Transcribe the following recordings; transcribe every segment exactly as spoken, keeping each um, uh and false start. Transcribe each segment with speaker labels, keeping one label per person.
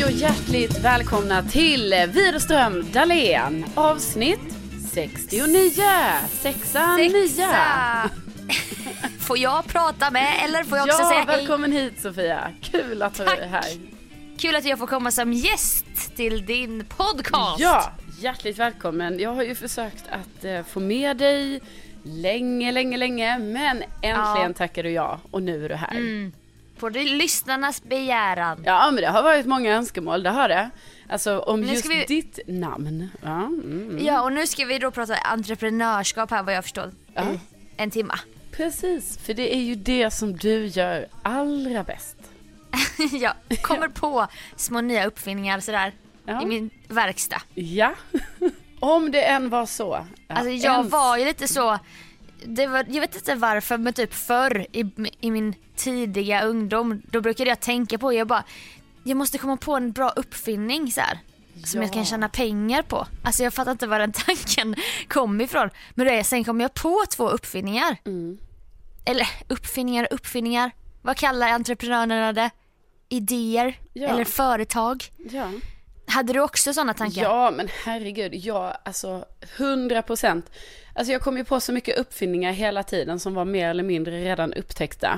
Speaker 1: Hej och hjärtligt välkomna till Widerström Dahlén, avsnitt sextionio. Sexa, nia.
Speaker 2: Får jag prata med eller får jag också
Speaker 1: ja,
Speaker 2: säga hej?
Speaker 1: Välkommen hit Sofia, kul att du är här.
Speaker 2: Kul att jag får komma som gäst till din podcast.
Speaker 1: Ja, hjärtligt välkommen. Jag har ju försökt att uh, få med dig länge, länge, länge. Men äntligen ja. tackar du ja och nu är du här.
Speaker 2: Mm. På det lyssnarnas begäran.
Speaker 1: Ja, men det har varit många önskemål, det har det. Alltså om just
Speaker 2: vi...
Speaker 1: ditt namn. Ja, mm, mm.
Speaker 2: ja, och nu ska vi då prata entreprenörskap här vad jag förstår.
Speaker 1: Ja.
Speaker 2: I en timma.
Speaker 1: Precis, för det är ju det som du gör allra bäst.
Speaker 2: Ja, kommer på små nya uppfinningar sådär
Speaker 1: ja.
Speaker 2: i min verkstad.
Speaker 1: Ja, om det än var så. Ja,
Speaker 2: alltså jag
Speaker 1: ens...
Speaker 2: var ju lite så... Det var, jag vet inte varför, men typ förr i, i min tidiga ungdom, då brukade jag tänka på, jag bara, jag måste komma på en bra uppfinning så här, ja. som jag kan tjäna pengar på. Alltså jag fattar inte var den tanken kom ifrån. Men det, sen kom jag på två uppfinningar.
Speaker 1: Mm.
Speaker 2: Eller uppfinningar och uppfinningar. Vad kallar entreprenörerna det? Idéer
Speaker 1: ja.
Speaker 2: eller företag.
Speaker 1: Ja.
Speaker 2: Hade du också sådana tankar?
Speaker 1: Ja, men herregud, ja, alltså hundra procent. Alltså jag kom ju på så mycket uppfinningar hela tiden som var mer eller mindre redan upptäckta.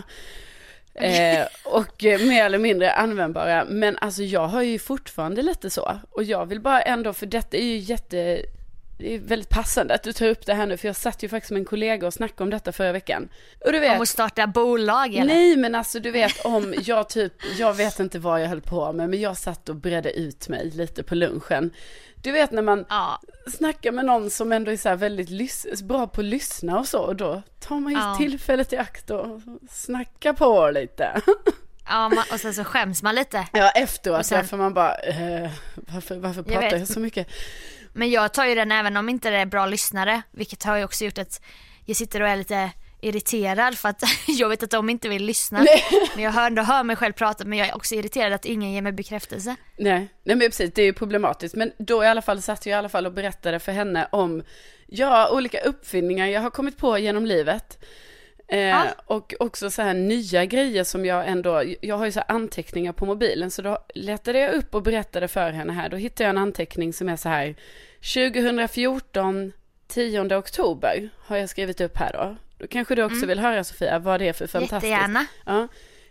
Speaker 1: Eh, och eh, mer eller mindre användbara. Men alltså jag har ju fortfarande lite så. Och jag vill bara ändå, för detta är ju jätte... Det är väldigt passande att du tar upp det här nu, för jag satt ju faktiskt med en kollega och snackade om detta förra veckan. Och du vet,
Speaker 2: om att starta bolag eller?
Speaker 1: Nej, men alltså du vet om jag typ, jag vet inte vad jag höll på med, men jag satt och bredde ut mig lite på lunchen. Du vet när man
Speaker 2: ja.
Speaker 1: snackar med någon som ändå är så här väldigt lys- bra på att lyssna och så, och då tar man ju ja. tillfället i akt och snackar på lite.
Speaker 2: Ja, man, och sen så skäms man lite.
Speaker 1: Ja, efteråt,
Speaker 2: sen,
Speaker 1: för man bara, eh, varför, varför pratar jag, jag så mycket?
Speaker 2: Men jag tar ju den även om inte det är bra lyssnare, vilket har ju också gjort att jag sitter och är lite irriterad för att jag vet att de inte vill lyssna. Nej. Men jag hör ändå hör mig själv prata, men jag är också irriterad att ingen ger mig bekräftelse.
Speaker 1: Nej, nej men precis, det är ju problematiskt. Men då i alla fall satt jag i alla fall och berättade för henne om ja, olika uppfinningar jag har kommit på genom livet. Eh, ja. Och också så här nya grejer som jag ändå, jag har ju så här anteckningar på mobilen, så då letade jag upp och berättade för henne här. Då hittade jag en anteckning som är så här: tjugohundrafjorton, tionde oktober har jag skrivit upp här då. Då kanske du också mm. vill höra, Sofia, vad det är för fantastiskt.
Speaker 2: Jättegärna.
Speaker 1: Ja.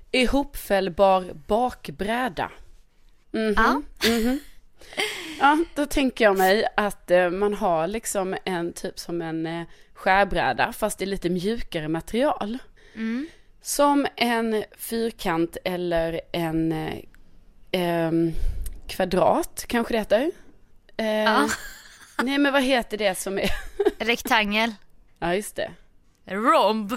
Speaker 1: Ihopfällbar bakbräda. Mhm.
Speaker 2: Ja.
Speaker 1: Mhm. Ja, då tänker jag mig att eh, man har liksom en typ som en eh, skärbräda, fast det är lite mjukare material.
Speaker 2: Mm.
Speaker 1: Som en fyrkant eller en eh, eh, kvadrat, kanske det heter. Eh,
Speaker 2: ja.
Speaker 1: Nej, men vad heter det som är?
Speaker 2: Rektangel.
Speaker 1: Ja, just det.
Speaker 2: Romb.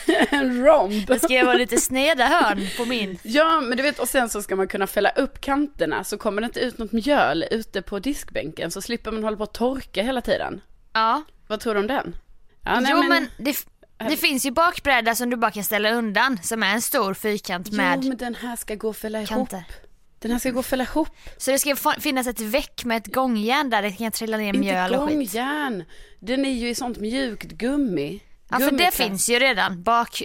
Speaker 1: En romb.
Speaker 2: Det ska vara lite sneda hörn på min.
Speaker 1: Ja, men du vet, och sen så ska man kunna fälla upp kanterna, så kommer det inte ut något mjöl ute på diskbänken, så slipper man hålla på att torka hela tiden.
Speaker 2: Ja.
Speaker 1: Vad tror du om den? Ja, nej,
Speaker 2: jo, men,
Speaker 1: men
Speaker 2: det, det finns ju bakbräda som du bara kan ställa undan, som är en stor fyrkant med.
Speaker 1: Jo, men den här ska gå att fälla
Speaker 2: kanter.
Speaker 1: ihop. Den här ska gå att fälla ihop.
Speaker 2: Så det ska finnas ett väck med ett gångjärn där det kan trilla ner mjöl och skit.
Speaker 1: Inte gångjärn. Den är ju i sånt mjukt gummi.
Speaker 2: Ja, för det finns ju redan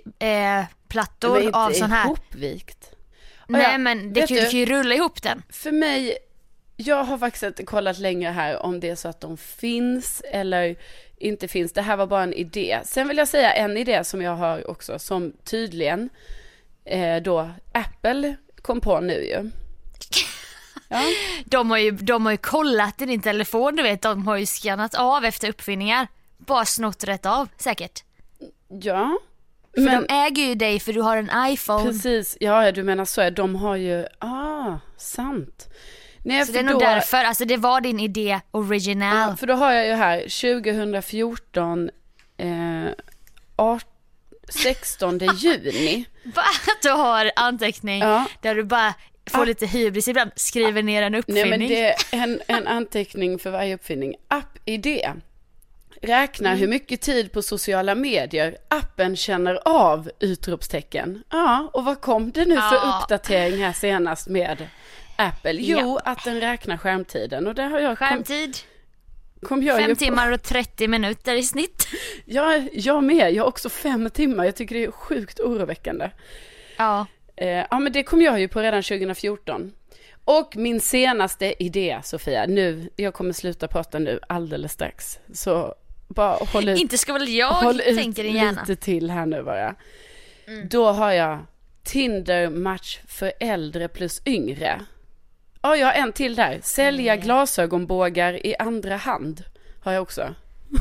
Speaker 2: bakplattor eh, av sån här.
Speaker 1: Ihopvikt.
Speaker 2: Nej,
Speaker 1: ja,
Speaker 2: men det kan, du kan ju rulla ihop den.
Speaker 1: För mig, jag har faktiskt inte kollat längre här om det är så att de finns eller inte finns. Det här var bara en idé. Sen vill jag säga en idé som jag har också, som tydligen eh, då Apple kom på nu ju. Ja.
Speaker 2: De har ju, de har ju kollat i din telefon, du vet. De har ju skannat av efter uppfinningar. Bara snott rätt av, säkert.
Speaker 1: Ja.
Speaker 2: För men de äger ju dig för du har en iPhone.
Speaker 1: Precis, ja, du menar så är. De har ju, ah, sant. Nej,
Speaker 2: så det är nog då, därför, alltså det var din idé original.
Speaker 1: Ja, för då har jag ju här tjugohundrafjorton eh, arton, sextonde juni.
Speaker 2: Va? Du har anteckning ja. Där du bara får ah. lite hybris ibland, skriver ner en uppfinning.
Speaker 1: Nej, men det är en, en anteckning för varje uppfinning. App-idé. Räkna mm. hur mycket tid på sociala medier appen känner av, utropstecken. Ja, och vad kom det nu för ja. uppdatering här senast med Apple? Jo, ja. att den räknar skärmtiden. Och där har jag
Speaker 2: skärmtid.
Speaker 1: Kom, kom jag
Speaker 2: fem
Speaker 1: ju
Speaker 2: timmar och trettio minuter i snitt.
Speaker 1: Ja, jag med. Jag har också fem timmar. Jag tycker det är sjukt oroväckande.
Speaker 2: Ja.
Speaker 1: Eh, ja, men det kom jag ju på redan tjugohundrafjorton. Och min senaste idé, Sofia, nu, jag kommer sluta prata nu alldeles strax. Så bara håll ut.
Speaker 2: Inte ska väl jag
Speaker 1: håll
Speaker 2: tänka din hjärna.
Speaker 1: lite till här nu bara. Mm. Då har jag Tinder-match för äldre plus yngre. Ja, jag har en till där. Sälja mm. glasögonbågar i andra hand har jag också.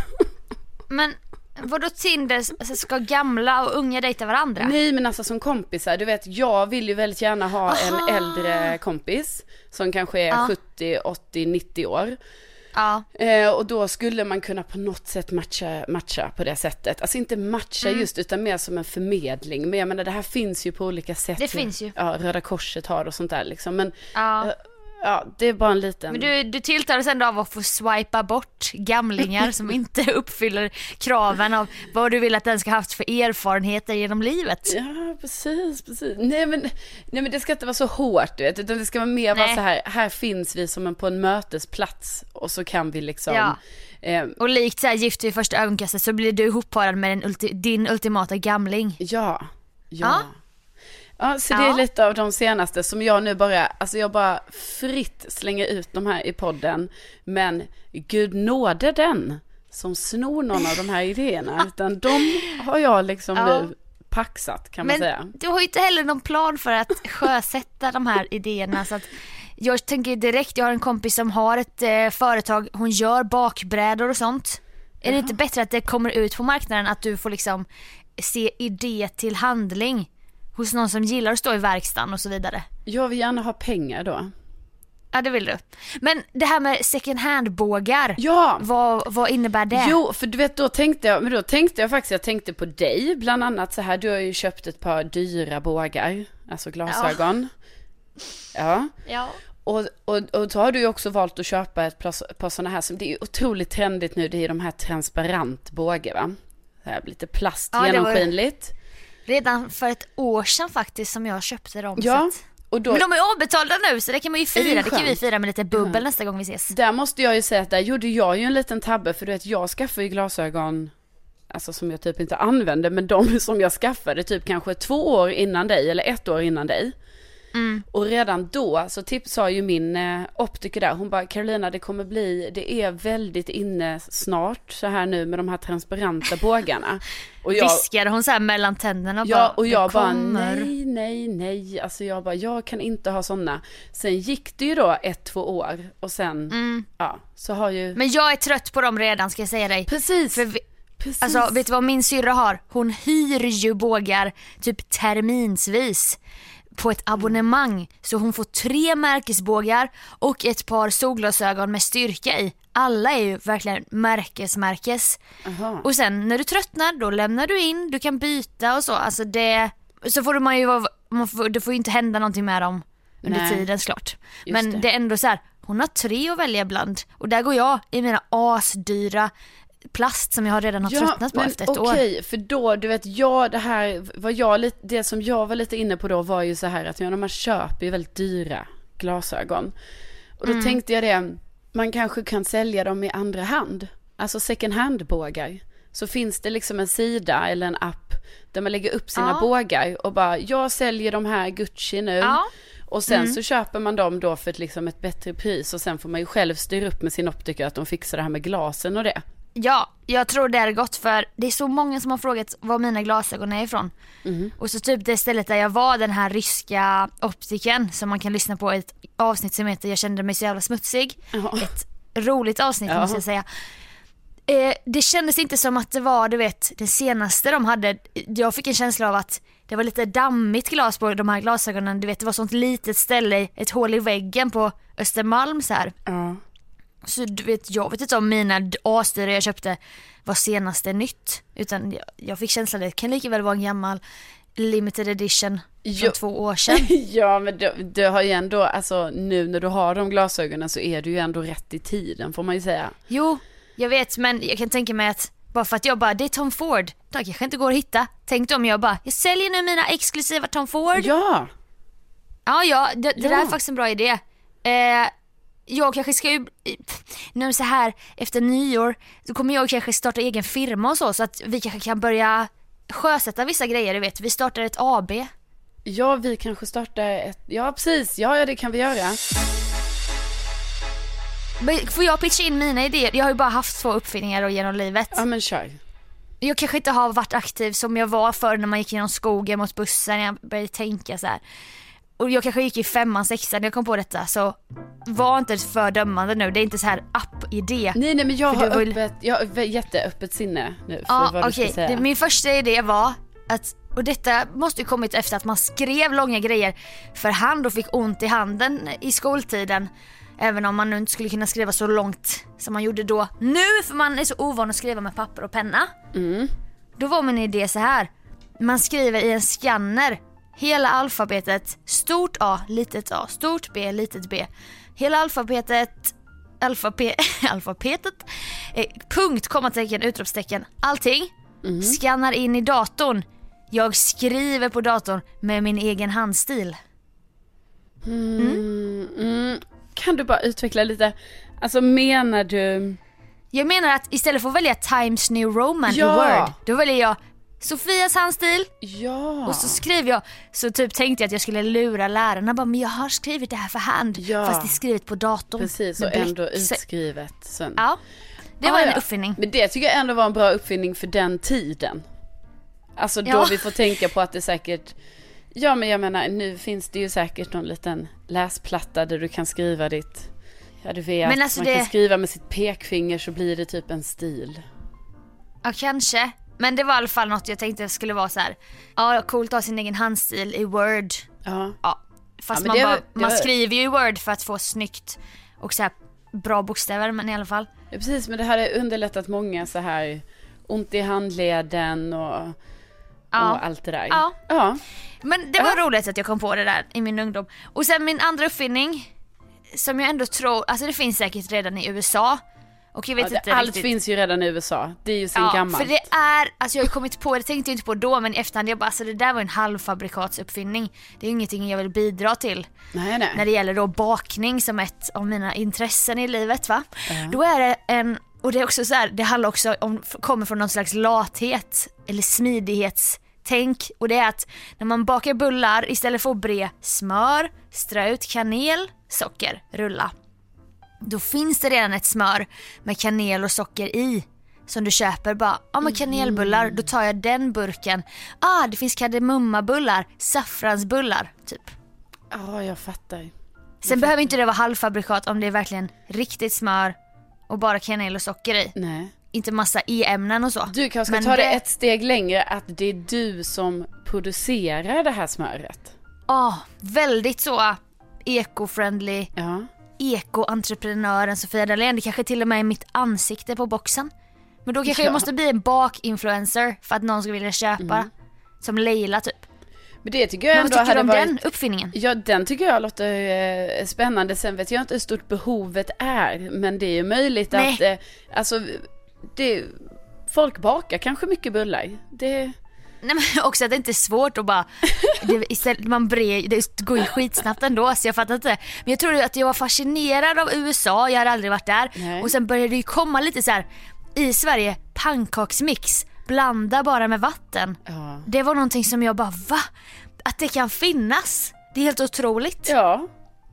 Speaker 2: Men vadå Tinder, alltså, ska gamla och unga dejta varandra?
Speaker 1: Nej, men alltså som kompisar, du vet, jag vill ju väldigt gärna ha Aha. en äldre kompis som kanske är ja. sjuttio, åttio, nittio år.
Speaker 2: Ja.
Speaker 1: Eh, och då skulle man kunna på något sätt matcha, matcha på det sättet. Alltså inte matcha mm. just, utan mer som en förmedling. Men jag menar, det här finns ju på olika sätt.
Speaker 2: Det finns ju.
Speaker 1: Ja, Röda Korset har och sånt där liksom. Men
Speaker 2: ja.
Speaker 1: eh, ja, det är bara en liten...
Speaker 2: Men du, du tilltalas ändå av att få swipa bort gamlingar som inte uppfyller kraven av vad du vill att den ska ha haft för erfarenheter genom livet.
Speaker 1: Ja, precis, precis. Nej men, nej, men det ska inte vara så hårt, du vet, utan det ska vara mer vara så här, här finns vi som en, på en mötesplats och så kan vi liksom...
Speaker 2: Ja.
Speaker 1: Eh,
Speaker 2: och likt så här gift vid första ögonkastet så blir du ihopparad med den ulti- din ultimata gamling.
Speaker 1: Ja, ja.
Speaker 2: Ja.
Speaker 1: Ja, så det är ja. lite av de senaste som jag nu bara, alltså jag bara fritt slänger ut de här i podden. Men Gud nåde den som snor någon av de här idéerna. Utan de har jag liksom ja. nu paxat, kan man
Speaker 2: men
Speaker 1: säga.
Speaker 2: Men du har ju inte heller någon plan för att sjösätta de här idéerna. Så att jag tänker direkt, jag har en kompis som har ett eh, företag, hon gör bakbrädor och sånt. Är det inte bättre att det kommer ut på marknaden, att du får liksom se idé till handling hos någon som gillar att stå i verkstaden och så vidare?
Speaker 1: Jag vill gärna ha pengar då.
Speaker 2: Ja, det vill du. Men det här med second hand-bågar,
Speaker 1: ja.
Speaker 2: vad, vad innebär det?
Speaker 1: Jo, för du vet, då tänkte jag, men då tänkte jag faktiskt, jag tänkte på dig, bland annat så här, du har ju köpt ett par dyra bågar, alltså glasögon. Ja. Ja.
Speaker 2: ja.
Speaker 1: Och, och, och så har du ju också valt att köpa ett par, par sådana här, som det är ju otroligt trendigt nu, det är de här transparent bågar, va? Så här, lite plast, ja, genomskinligt.
Speaker 2: Redan för ett år sedan faktiskt som jag köpte dem.
Speaker 1: Ja, och då...
Speaker 2: Men de är avbetalda nu, så det kan man ju fira. Det, det kan vi fira med lite bubbel mm. nästa gång vi ses.
Speaker 1: Där måste jag ju säga att där gjorde jag ju en liten tabbe. För du vet, jag skaffade ju glasögon, alltså som jag typ inte använde, men de som jag skaffade typ kanske två år innan dig, eller ett år innan dig. Mm. Och redan då så tipsade ju min eh, optiker där, hon bara, Carolina, det kommer bli, det är väldigt inne snart så här nu med de här transparenta bågarna. Och jag,
Speaker 2: viskade hon så här mellan tänderna och
Speaker 1: ja,
Speaker 2: bara,
Speaker 1: och jag bara,
Speaker 2: kommer.
Speaker 1: nej, nej, nej, alltså jag bara, jag kan inte ha sådana. Sen gick det ju då ett, två år och sen,
Speaker 2: mm.
Speaker 1: ja, så har ju...
Speaker 2: Men jag är trött på dem redan, ska jag säga dig.
Speaker 1: Precis.
Speaker 2: För vi...
Speaker 1: Precis.
Speaker 2: Alltså, vet du vad min syrra har? Hon hyr ju bågar typ terminsvis på ett abonnemang, så hon får tre märkesbågar och ett par solglasögon med styrka i. Alla är ju verkligen märkesmärkes.
Speaker 1: Aha.
Speaker 2: Och sen när du tröttnar, då lämnar du in, du kan byta och så. Alltså det, så får man ju vara, man får, det får ju inte hända någonting med dem under Nej. tiden, klart. Men det. det är ändå så här, hon har tre att välja bland, och där går jag i mina asdyra plast som jag redan har ja, tröttnat på efter ett
Speaker 1: okay,
Speaker 2: år.
Speaker 1: Okej, för då, du vet, jag, det här var jag lite, det som jag var lite inne på då var ju så här att ja, man köper ju väldigt dyra glasögon. Och då mm. tänkte jag det, man kanske kan sälja dem i andra hand. Alltså second hand-bågar. Så finns det liksom en sida eller en app där man lägger upp sina ja. bågar och bara, jag säljer de här Gucci nu. Ja. Och sen mm. så köper man dem då för ett, liksom ett bättre pris, och sen får man ju själv styra upp med sin optiker att de fixar det här med glasen och det.
Speaker 2: Ja, jag tror det är gott, för det är så många som har frågat var mina glasögon är ifrån. Mm. Och så typ det stället där jag var, den här ryska optiken som man kan lyssna på i ett avsnitt som heter Jag kände mig så jävla smutsig. Oh. Ett roligt avsnitt oh. måste jag säga. Eh, det kändes inte som att det var, du vet, det senaste de hade. Jag fick en känsla av att det var lite dammigt glas på de här glasögonen. Du vet, det var sånt litet ställe, ett hål i väggen på Östermalm så här.
Speaker 1: Oh.
Speaker 2: Så du vet, jag vet inte om mina asdyra jag köpte var senaste nytt, utan jag, jag fick känslan att det kan lika väl vara en gammal limited edition från jo. två år sedan.
Speaker 1: Ja, men du, du har ju ändå, alltså nu när du har de glasögonen så är du ju ändå rätt i tiden, får man ju säga.
Speaker 2: Jo, jag vet, men jag kan tänka mig att bara för att jag bara, det är Tom Ford, det kanske inte går att hitta. Tänk om jag bara, jag säljer nu mina exklusiva Tom Ford.
Speaker 1: Ja.
Speaker 2: Ja, ja, det, det ja. där är faktiskt en bra idé. Eh, Jag kanske ska ju, nu så här efter nyår, så kommer jag kanske starta egen firma och så, så att vi kanske kan börja sjösätta vissa grejer, du vet. Vi startar ett A B.
Speaker 1: Ja, vi kanske startar ett... Ja, precis. Ja, ja, det kan vi göra.
Speaker 2: Får jag pitcha in mina idéer? Jag har ju bara haft två uppfinningar genom livet.
Speaker 1: Ja, men kör.
Speaker 2: Jag kanske inte har varit aktiv som jag var förr när man gick genom skogen mot bussen. Jag började tänka så här. Och jag kanske gick i femman, sexan när jag kom på detta. Så var inte för dömande nu. Det är inte så här app-idé.
Speaker 1: Nej, nej, men jag har,
Speaker 2: vill...
Speaker 1: öppet, jag har jätteöppet sinne nu för
Speaker 2: ja,
Speaker 1: vad du
Speaker 2: okay.
Speaker 1: ska säga.
Speaker 2: Det, min första idé var att, och detta måste ju kommit efter att man skrev långa grejer för hand och fick ont i handen i skoltiden. Även om man nu inte skulle kunna skriva så långt som man gjorde då. Nu, för man är så ovan att skriva med papper och penna.
Speaker 1: Mm.
Speaker 2: Då var min idé så här. Man skriver i en skanner hela alfabetet, stort A, litet a, stort B, litet b. Hela alfabetet, alfabe, alfabetet, eh, punkt, kommatecken, utropstecken, allting. Mm. Skannar in i datorn. Jag skriver på datorn med min egen handstil.
Speaker 1: Mm. Mm. Mm. Kan du bara utveckla lite? Alltså menar du...
Speaker 2: Jag menar att istället för att välja Times New Roman
Speaker 1: ja.
Speaker 2: i Word, då väljer jag Sofias handstil.
Speaker 1: Ja.
Speaker 2: Och så skriver jag, så typ tänkte jag att jag skulle lura lärarna. Bara, men jag har skrivit det här för hand.
Speaker 1: Ja.
Speaker 2: Fast det är skrivet på datorn.
Speaker 1: Precis, och ändå utskrivet. Sen.
Speaker 2: Ja, det var ah, en ja. uppfinning.
Speaker 1: Men det tycker jag ändå var en bra uppfinning för den tiden. Alltså då ja. vi får tänka på att det säkert... Ja, men jag menar, nu finns det ju säkert någon liten läsplatta där du kan skriva ditt... Ja, du vet, men alltså man det... kan skriva med sitt pekfinger så blir det typ en stil.
Speaker 2: Ja, kanske. Men det var i alla fall något jag tänkte skulle vara så här. Ja, coolt att ha sin egen handstil i Word.
Speaker 1: Ja.
Speaker 2: Ja. Fast
Speaker 1: ja,
Speaker 2: man,
Speaker 1: det,
Speaker 2: bara,
Speaker 1: det
Speaker 2: man
Speaker 1: var...
Speaker 2: skriver ju i Word för att få snyggt och så här bra bokstäver, men i alla fall.
Speaker 1: Ja, precis, men det här har underlättat många så här ont i handleden och...
Speaker 2: Ja.
Speaker 1: och allt det där.
Speaker 2: Ja.
Speaker 1: ja.
Speaker 2: Men det var ja. roligt att jag kom på det där i min ungdom. Och sen min andra uppfinning som jag ändå tror, alltså det finns säkert redan i U S A. Och jag vet
Speaker 1: ja,
Speaker 2: inte
Speaker 1: allt
Speaker 2: riktigt.
Speaker 1: finns ju redan i U S A. Det är ju sen
Speaker 2: ja,
Speaker 1: gammalt.
Speaker 2: För det är, alltså jag har kommit på, det tänkte jag inte på då, men i efterhand jag bara, alltså det där var en halvfabrikatsuppfinning. Det är ingenting jag vill bidra till.
Speaker 1: Nej, nej.
Speaker 2: När det gäller då bakning som ett av mina intressen i livet, va?
Speaker 1: Uh-huh.
Speaker 2: Då är det en, och det är också så här, det handlar också om, kommer från någon slags lathet eller smidighets tänk, och det är att när man bakar bullar istället för att bre smör, strö ut kanel, socker, rulla. Då finns det redan ett smör med kanel och socker i som du köper. Bara, ja men kanelbullar, då tar jag den burken. Ah, det finns kardemummabullar, saffransbullar, typ.
Speaker 1: Ja, jag fattar. Jag
Speaker 2: Sen
Speaker 1: fattar.
Speaker 2: behöver inte det vara halvfabrikat om det är verkligen riktigt smör och bara kanel och socker i.
Speaker 1: Nej.
Speaker 2: Inte massa e-ämnen och så.
Speaker 1: Du kanske ska
Speaker 2: men
Speaker 1: ta det...
Speaker 2: det
Speaker 1: ett steg längre, att det är du som producerar det här smöret.
Speaker 2: Ja, oh, väldigt så eco-friendly.
Speaker 1: Ja.
Speaker 2: Eko-entreprenören Sofia Dalén. Det kanske till och med är mitt ansikte på boxen. Men då kanske
Speaker 1: ja.
Speaker 2: jag måste bli en bakinfluencer för att någon ska vilja köpa. Mm. Som Leila typ.
Speaker 1: Men det tycker jag
Speaker 2: men
Speaker 1: ändå
Speaker 2: vad tycker
Speaker 1: hade
Speaker 2: du om
Speaker 1: varit...
Speaker 2: den uppfinningen?
Speaker 1: Ja, den tycker jag låter eh, spännande. Sen vet jag inte hur stort behovet är. Men det är ju möjligt Nej. att... Eh, alltså, det, folk bakar kanske mycket bullar. Det...
Speaker 2: Nej, men också att det inte är svårt att bara det, istället, man bred, det går ju skitsnabbt ändå, så jag fattar inte. Men jag tror att jag var fascinerad av U S A. Jag hade aldrig varit där. Nej. Och sen började det ju komma lite så här i Sverige, pannkaksmix, blanda bara med vatten.
Speaker 1: Ja.
Speaker 2: Det var någonting som jag bara, va? Att det kan finnas. Det är helt otroligt.
Speaker 1: Ja.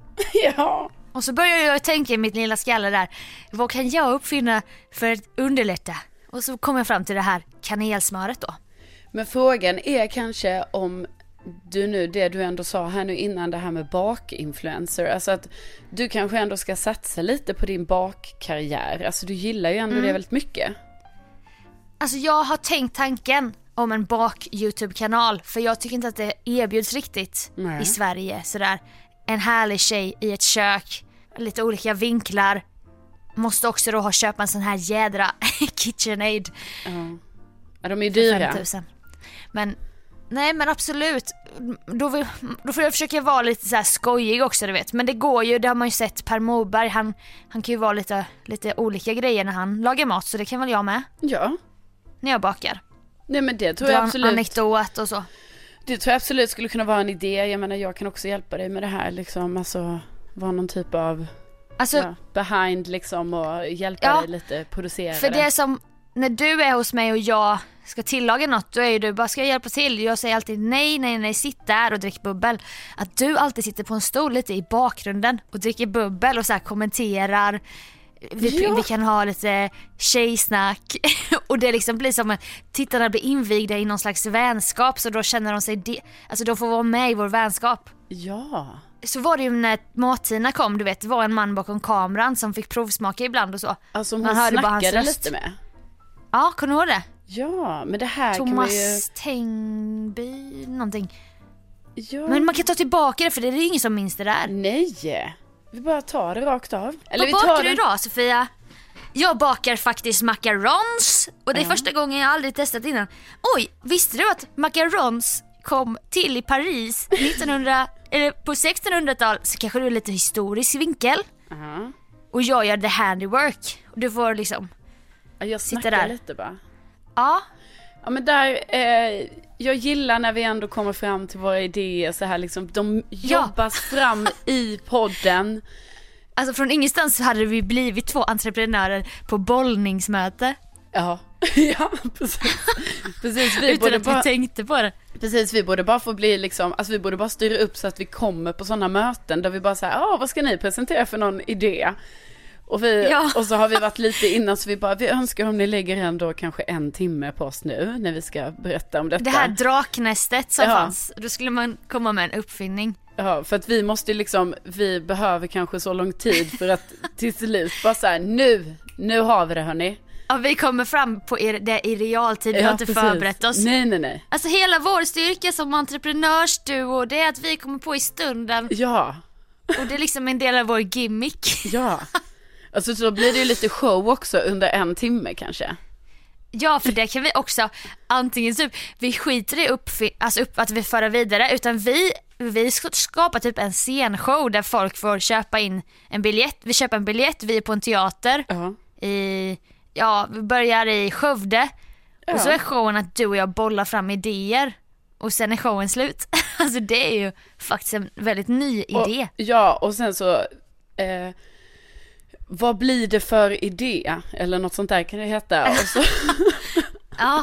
Speaker 1: Ja.
Speaker 2: Och så började jag tänka i mitt lilla skalle där, vad kan jag uppfinna för att underlätta? Och så kom jag fram till det här kanelsmöret då.
Speaker 1: Men frågan är kanske om du nu, det du ändå sa här nu innan, det här med bakinfluencer, alltså att du kanske ändå ska satsa lite på din bakkarriär. Alltså du gillar ju ändå mm. det väldigt mycket.
Speaker 2: Alltså jag har tänkt tanken om en bak-YouTube-kanal, för jag tycker inte att det erbjuds riktigt Nej. i Sverige sådär. En härlig tjej i ett kök, lite olika vinklar. Måste också då ha köpa en sån här jädra KitchenAid.
Speaker 1: Ja. Ja, de är dyra.
Speaker 2: fem tusen. Men nej, men absolut. Då, vill, då får jag försöka vara lite så här skojig också, du vet. Men det går ju, det har man ju sett. Per Morberg, han, han kan ju vara lite, lite olika grejer när han lagar mat, så det kan väl jag med.
Speaker 1: Ja.
Speaker 2: När jag bakar.
Speaker 1: Nej, men det tror
Speaker 2: Dra
Speaker 1: jag absolut.
Speaker 2: En anekdot och så.
Speaker 1: Det tror jag absolut skulle kunna vara en idé. Jag menar, jag kan också hjälpa dig med det här liksom. Alltså, vara någon typ av alltså, ja, behind liksom, och hjälpa ja, dig lite producera
Speaker 2: för det. det som när du är hos mig och jag ska tillaga något, då är ju du bara, ska jag hjälpa till? Jag säger alltid nej, nej, nej, sitt där och drick bubbel. Att du alltid sitter på en stol lite i bakgrunden och dricker bubbel och så här kommenterar. Vi, ja. vi kan ha lite tjejsnack och det liksom blir som att tittarna blir invigda i någon slags vänskap, så då känner de sig de, alltså de får vara med i vår vänskap.
Speaker 1: Ja.
Speaker 2: Så var det ju när Martina kom, du vet, det var en man bakom kameran som fick provsmaka ibland och så.
Speaker 1: Alltså hon hörde snackade lite med.
Speaker 2: Ja, kunde du det?
Speaker 1: Ja, men det här
Speaker 2: Thomas
Speaker 1: kan man ju...
Speaker 2: Tengby någonting.
Speaker 1: Ja.
Speaker 2: Men man kan ta tillbaka det, för det är ingen som minns det där.
Speaker 1: Nej. Vi bara tar det rakt av.
Speaker 2: Eller vi tar bakar du idag, Sofia? Jag bakar faktiskt macarons. Och det är uh-huh. första gången jag aldrig testat innan. Oj, visste du att macarons kom till i Paris nittonhundra, eller på sextonhundratalet? Så kanske du är lite historisk vinkel.
Speaker 1: Uh-huh.
Speaker 2: Och jag gör the handiwork. Och du får liksom
Speaker 1: jag
Speaker 2: sitta där
Speaker 1: lite bara.
Speaker 2: Ja.
Speaker 1: Ja, men där, eh, jag gillar när vi ändå kommer fram till våra idéer så här liksom, de jobbas ja. fram i podden.
Speaker 2: Alltså från ingenstans hade vi blivit två entreprenörer på bollningsmöte.
Speaker 1: Ja, ja precis. precis vi
Speaker 2: Utan
Speaker 1: borde
Speaker 2: att
Speaker 1: bara,
Speaker 2: vi tänkte på det.
Speaker 1: Precis, vi borde bara få bli liksom, alltså vi borde bara styra upp så att vi kommer på sådana möten där vi bara säger, ja, vad ska ni presentera för någon idé? Och, vi,
Speaker 2: ja.
Speaker 1: och så har vi varit lite innan, så vi bara, vi önskar om ni lägger ändå kanske en timme på oss nu när vi ska berätta om detta.
Speaker 2: Det här draknästet som
Speaker 1: ja.
Speaker 2: fanns, då skulle man komma med en uppfinning.
Speaker 1: Ja, för att vi måste liksom, vi behöver kanske så lång tid för att till slut bara så här, nu, nu har vi det, hörni.
Speaker 2: Ja, vi kommer fram på er, det i realtid, vi ja, har inte precis. förberett oss.
Speaker 1: Nej, nej, nej.
Speaker 2: Alltså hela vår styrka som entreprenörsduo, det är att vi kommer på i stunden.
Speaker 1: Ja.
Speaker 2: Och det är liksom en del av vår gimmick.
Speaker 1: Ja. Alltså så blir det ju lite show också under en timme kanske.
Speaker 2: Ja, för det kan vi också antingen typ, vi skiter i upp, alltså upp att vi för vidare, utan vi, vi skapar typ en scenshow där folk får köpa in en biljett. Vi köper en biljett, vi är på en teater uh-huh. i, ja, vi börjar i Skövde uh-huh. och så är showen att du och jag bollar fram idéer och sen är showen slut. Alltså det är ju faktiskt en väldigt ny idé.
Speaker 1: Och, ja, och sen så eh, vad blir det för idé? Eller något sånt där kan det heta. Och så,
Speaker 2: ja.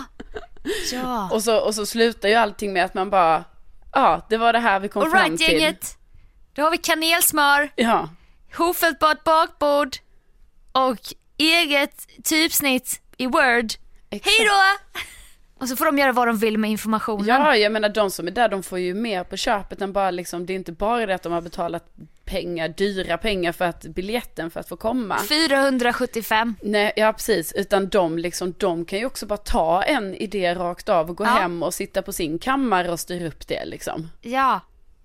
Speaker 2: ja.
Speaker 1: Och så, och så slutar ju allting med att man bara, ja, det var det här vi kom
Speaker 2: All
Speaker 1: fram
Speaker 2: right,
Speaker 1: till.
Speaker 2: Gänget. Då har vi kanelsmör.
Speaker 1: Ja.
Speaker 2: Hofältbart bakbord. Och eget typsnitt i Word. Exakt. Hej då! Och så får de göra vad de vill med informationen.
Speaker 1: Ja, jag menar de som är där, de får ju mer på köpet än bara liksom, det är inte bara det att de har betalat pengar, dyra pengar för att biljetten för att få komma.
Speaker 2: fyrahundrasjuttiofem.
Speaker 1: Nej, ja precis, utan de liksom, de kan ju också bara ta en idé rakt av och gå ja. hem och sitta på sin kammare och styra upp det liksom.
Speaker 2: Ja.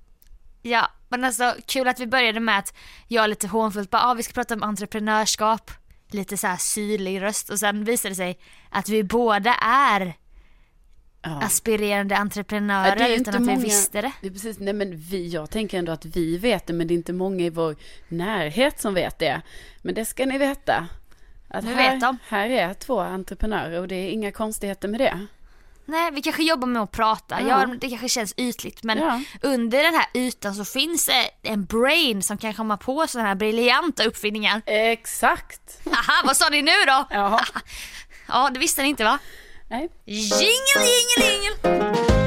Speaker 2: Ja, men alltså kul att vi började med att jag lite hånfullt bara, ah, vi ska prata om entreprenörskap. Lite så här syrlig röst, och sen visade det sig att vi båda är ja. aspirerande entreprenörer ja, utan att många, vi visste det.
Speaker 1: Det är precis, nej men vi, jag tänker ändå att vi vet det, men det är inte många i vår närhet som vet det. Men det ska ni veta. Att här,
Speaker 2: vet de.
Speaker 1: här är två entreprenörer och det är inga konstigheter med det.
Speaker 2: Nej, vi kanske jobbar med att prata. Ja. Ja, det kanske känns ytligt, men ja. under den här ytan så finns det en brain som kan komma på sådana här briljanta uppfinningar.
Speaker 1: Exakt.
Speaker 2: Aha, vad sa ni nu då?
Speaker 1: Ja.
Speaker 2: Ja, det visste ni inte, va?
Speaker 1: Nej.
Speaker 2: Jingle, jingle, jingle.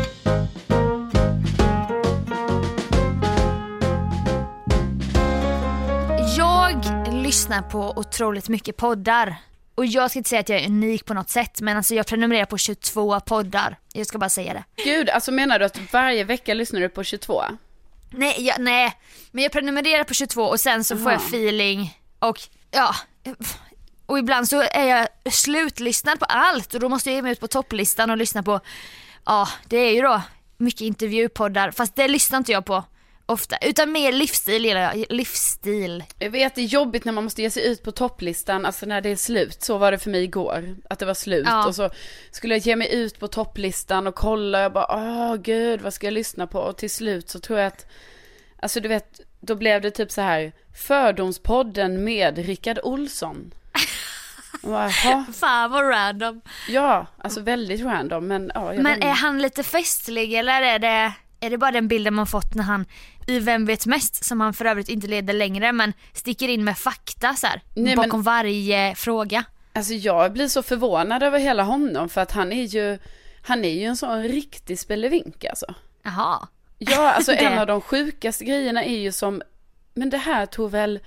Speaker 2: Jag lyssnar på otroligt mycket poddar. Och jag ska inte säga att jag är unik på något sätt, men alltså jag prenumererar på tjugotvå poddar. Jag ska bara säga det.
Speaker 1: Gud, alltså menar du att varje vecka lyssnar du på tjugotvå?
Speaker 2: Nej, jag, nej. Men jag prenumererar på tjugotvå och sen så Aha. får jag feeling. Och ja, och ibland så är jag slutlyssnad på allt. Och då måste jag ge mig ut på topplistan och lyssna på, ja, det är ju då mycket intervjupoddar. Fast det lyssnar inte jag på ofta, utan mer livsstil, eller livsstil.
Speaker 1: Jag vet, det är jobbigt när man måste ge sig ut på topplistan, alltså när det är slut. Så var det för mig igår, att det var slut. Ja. Och så skulle jag ge mig ut på topplistan och kolla, jag bara, åh gud, vad ska jag lyssna på? Och till slut så tror jag att, alltså du vet, då blev det typ så här, Fördomspodden med Rickard Olsson. Bara,
Speaker 2: fan vad random.
Speaker 1: Ja, alltså väldigt random. Men, ja, jag
Speaker 2: men är han lite festlig, eller är det... Är det bara den bilden man fått när han i Vem vet mest, som han för övrigt inte leder längre, men sticker in med fakta så här, Nej, bakom men, varje fråga?
Speaker 1: Alltså jag blir så förvånad över hela honom, för att han är ju, han är ju en sån riktig spelevink alltså.
Speaker 2: Jaha.
Speaker 1: Ja, alltså
Speaker 2: Det-
Speaker 1: en av de sjukaste grejerna är ju som, men det här tog väl,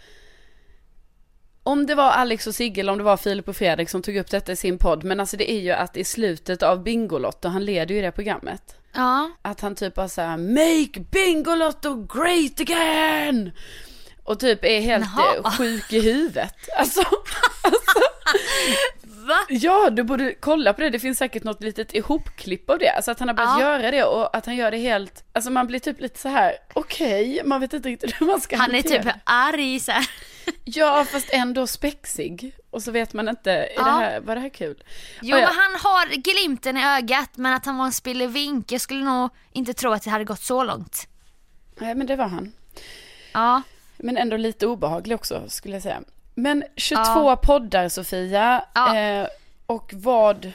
Speaker 1: om det var Alex och Sigge eller om det var Filip och Fredrik som tog upp detta i sin podd, men alltså det är ju att i slutet av Bingolotto, han leder ju det programmet,
Speaker 2: Ja.
Speaker 1: att han typ bara såhär, make Bingolotto great again, och typ är helt
Speaker 2: Jaha.
Speaker 1: eh, sjuk i huvudet. Alltså, alltså
Speaker 2: Va?
Speaker 1: ja, du borde kolla på det. Det finns säkert något litet ihopklipp av det. Alltså att han har börjat
Speaker 2: Ja.
Speaker 1: göra det, och att han gör det helt, alltså man blir typ lite så här: okej, okay, man vet inte riktigt hur man ska
Speaker 2: Han är
Speaker 1: hantera
Speaker 2: typ
Speaker 1: det.
Speaker 2: arg så här.
Speaker 1: Ja, fast ändå spexig. Och så vet man inte, är
Speaker 2: Ja.
Speaker 1: det här, var det här kul?
Speaker 2: Jo,
Speaker 1: Och jag-
Speaker 2: men han har glimten i ögat, men att han var en spelevink, jag skulle nog inte tro att det hade gått så långt.
Speaker 1: Nej, men det var han.
Speaker 2: Ja.
Speaker 1: Men ändå lite obehaglig också, skulle jag säga. Men tjugotvå
Speaker 2: Ja.
Speaker 1: poddar, Sofia.
Speaker 2: Ja.
Speaker 1: Eh, och vad...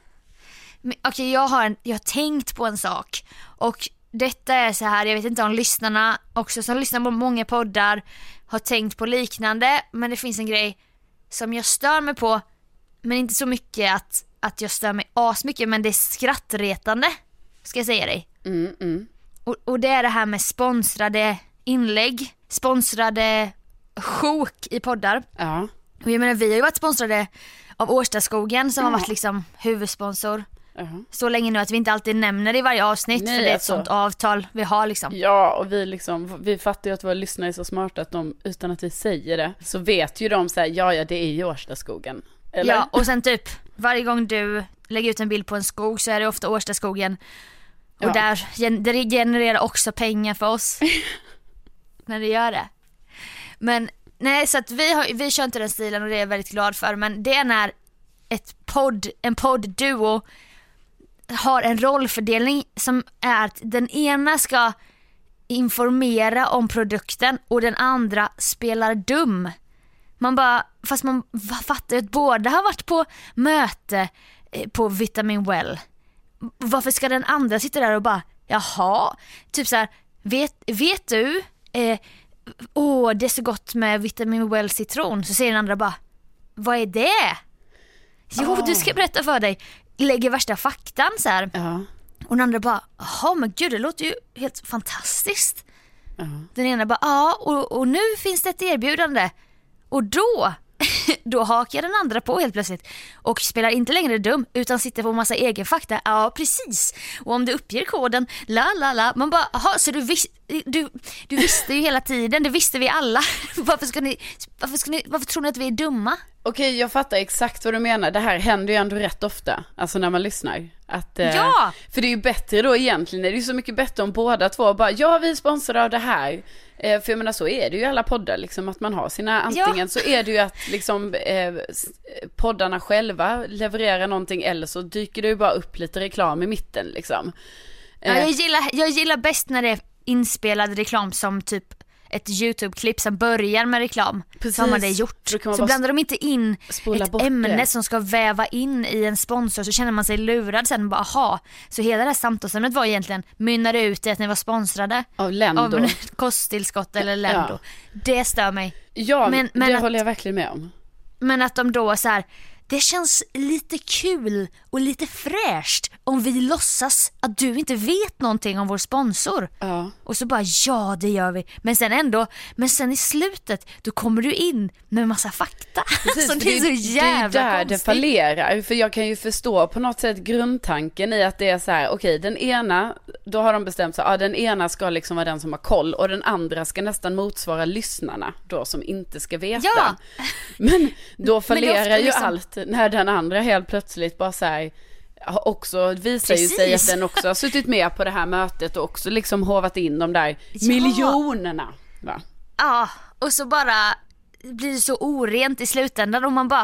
Speaker 2: Men, Okej, jag har, en, jag har tänkt på en sak. Och detta är så här, jag vet inte om lyssnarna också som lyssnar på många poddar har tänkt på liknande. Men det finns en grej som jag stör mig på. Men inte så mycket att, att jag stör mig asmycket. Men det är skrattretande, ska jag säga dig.
Speaker 1: Mm, mm.
Speaker 2: Och, och det är det här med sponsrade inlägg. Sponsrade sjok i poddar.
Speaker 1: Ja.
Speaker 2: Och jag menar, vi har ju varit sponsrade av Årstaskogen som
Speaker 1: Ja.
Speaker 2: har varit liksom huvudsponsor
Speaker 1: Uh-huh.
Speaker 2: så länge nu att vi inte alltid nämner det i varje avsnitt.
Speaker 1: Nej,
Speaker 2: för det är ett
Speaker 1: alltså.
Speaker 2: sånt avtal vi har liksom.
Speaker 1: Ja, och vi liksom, vi fattar ju att våra lyssnare är så smarta att de, utan att vi säger det, så vet ju de så här, ja, ja, det är ju Årstaskogen. Eller?
Speaker 2: Ja, och sen typ varje gång du lägger ut en bild på en skog så är det ofta Årstaskogen. Och
Speaker 1: Ja.
Speaker 2: där gen- det genererar också pengar för oss. När det gör det. Men nej, så att vi, har, vi kör inte den stilen och det är jag väldigt glad för. Men det är när ett podd, en poddduo har en rollfördelning som är att den ena ska informera om produkten och den andra spelar dum. Man bara, fast man fattar ju att båda har varit på möte eh, på Vitamin Well. Varför ska den andra sitta där och bara, jaha, typ så här, vet, vet du, eh, åh, det är så gott med Vitamin Well citron. Så säger den andra bara, vad är det? Jo,
Speaker 1: Oh.
Speaker 2: du ska berätta för dig. Lägger värsta faktan så här.
Speaker 1: Ja.
Speaker 2: Och den andra bara, jaha, men gud, det låter ju helt fantastiskt.
Speaker 1: Ja.
Speaker 2: Den ena bara, ja, och, och nu finns det ett erbjudande. Och då, då hakar den andra på helt plötsligt. Och spelar inte längre dum, utan sitter på massa egen fakta. Ja, precis. Och om du uppger koden, la la la. Man bara, jaha, så du, vis, du, du visste ju hela tiden. Det visste vi alla. Varför ska ni, varför ska ni, varför tror ni att vi är dumma?
Speaker 1: Okej, jag fattar exakt vad du menar. Det här händer ju ändå rätt ofta, alltså när man lyssnar. Att, eh,
Speaker 2: Ja!
Speaker 1: För det är ju bättre då egentligen, det är ju så mycket bättre om båda två bara, ja, vi är sponsrade av det här. Eh, för jag menar, så är det ju i alla poddar, liksom, att man har sina, antingen
Speaker 2: Ja.
Speaker 1: så är det ju att liksom, eh, poddarna själva levererar någonting, eller så dyker det ju bara upp lite reklam i mitten liksom.
Speaker 2: Ja,
Speaker 1: Eh,
Speaker 2: jag, gillar, jag gillar bäst när det är inspelad reklam som typ ett YouTube-klipp som börjar med reklam.
Speaker 1: Precis.
Speaker 2: Så har man det gjort.
Speaker 1: Då kan man
Speaker 2: Så
Speaker 1: bara
Speaker 2: blandar de inte in
Speaker 1: spola
Speaker 2: ett
Speaker 1: bort
Speaker 2: ämne
Speaker 1: det.
Speaker 2: som ska väva in i en sponsor, så känner man sig lurad sen. Bara, aha. Så hela det här samtalsämnet var egentligen, mynnade ut i att ni var sponsrade
Speaker 1: Av Lendo.
Speaker 2: av en kosttillskott eller Lendo.
Speaker 1: Ja.
Speaker 2: Det stör mig.
Speaker 1: Ja,
Speaker 2: men- men
Speaker 1: det
Speaker 2: att-
Speaker 1: håller jag verkligen med om.
Speaker 2: Men att de då så här, det känns lite kul och lite fräscht om vi låtsas att du inte vet någonting om vår sponsor.
Speaker 1: Ja.
Speaker 2: Och så bara, ja, det gör vi. Men sen ändå, men sen i slutet då kommer du in med massa fakta.
Speaker 1: Precis,
Speaker 2: Så
Speaker 1: för
Speaker 2: det är så jävla
Speaker 1: det är där det
Speaker 2: konstigt.
Speaker 1: fallerar. För jag kan ju förstå på något sätt grundtanken i att det är så här, okej, den ena, då har de bestämt sig, ja, den ena ska liksom vara den som har koll, och den andra ska nästan motsvara lyssnarna då, som inte ska veta.
Speaker 2: Ja.
Speaker 1: Men då fallerar
Speaker 2: ofta
Speaker 1: ju
Speaker 2: liksom-
Speaker 1: allt när den andra helt plötsligt bara så här, har också visar ju
Speaker 2: Precis.
Speaker 1: sig att den också har suttit med på det här mötet och också liksom hovat in de där
Speaker 2: Ja.
Speaker 1: miljonerna, va?
Speaker 2: Ja, och så bara blir det så orent i slutändan och man bara,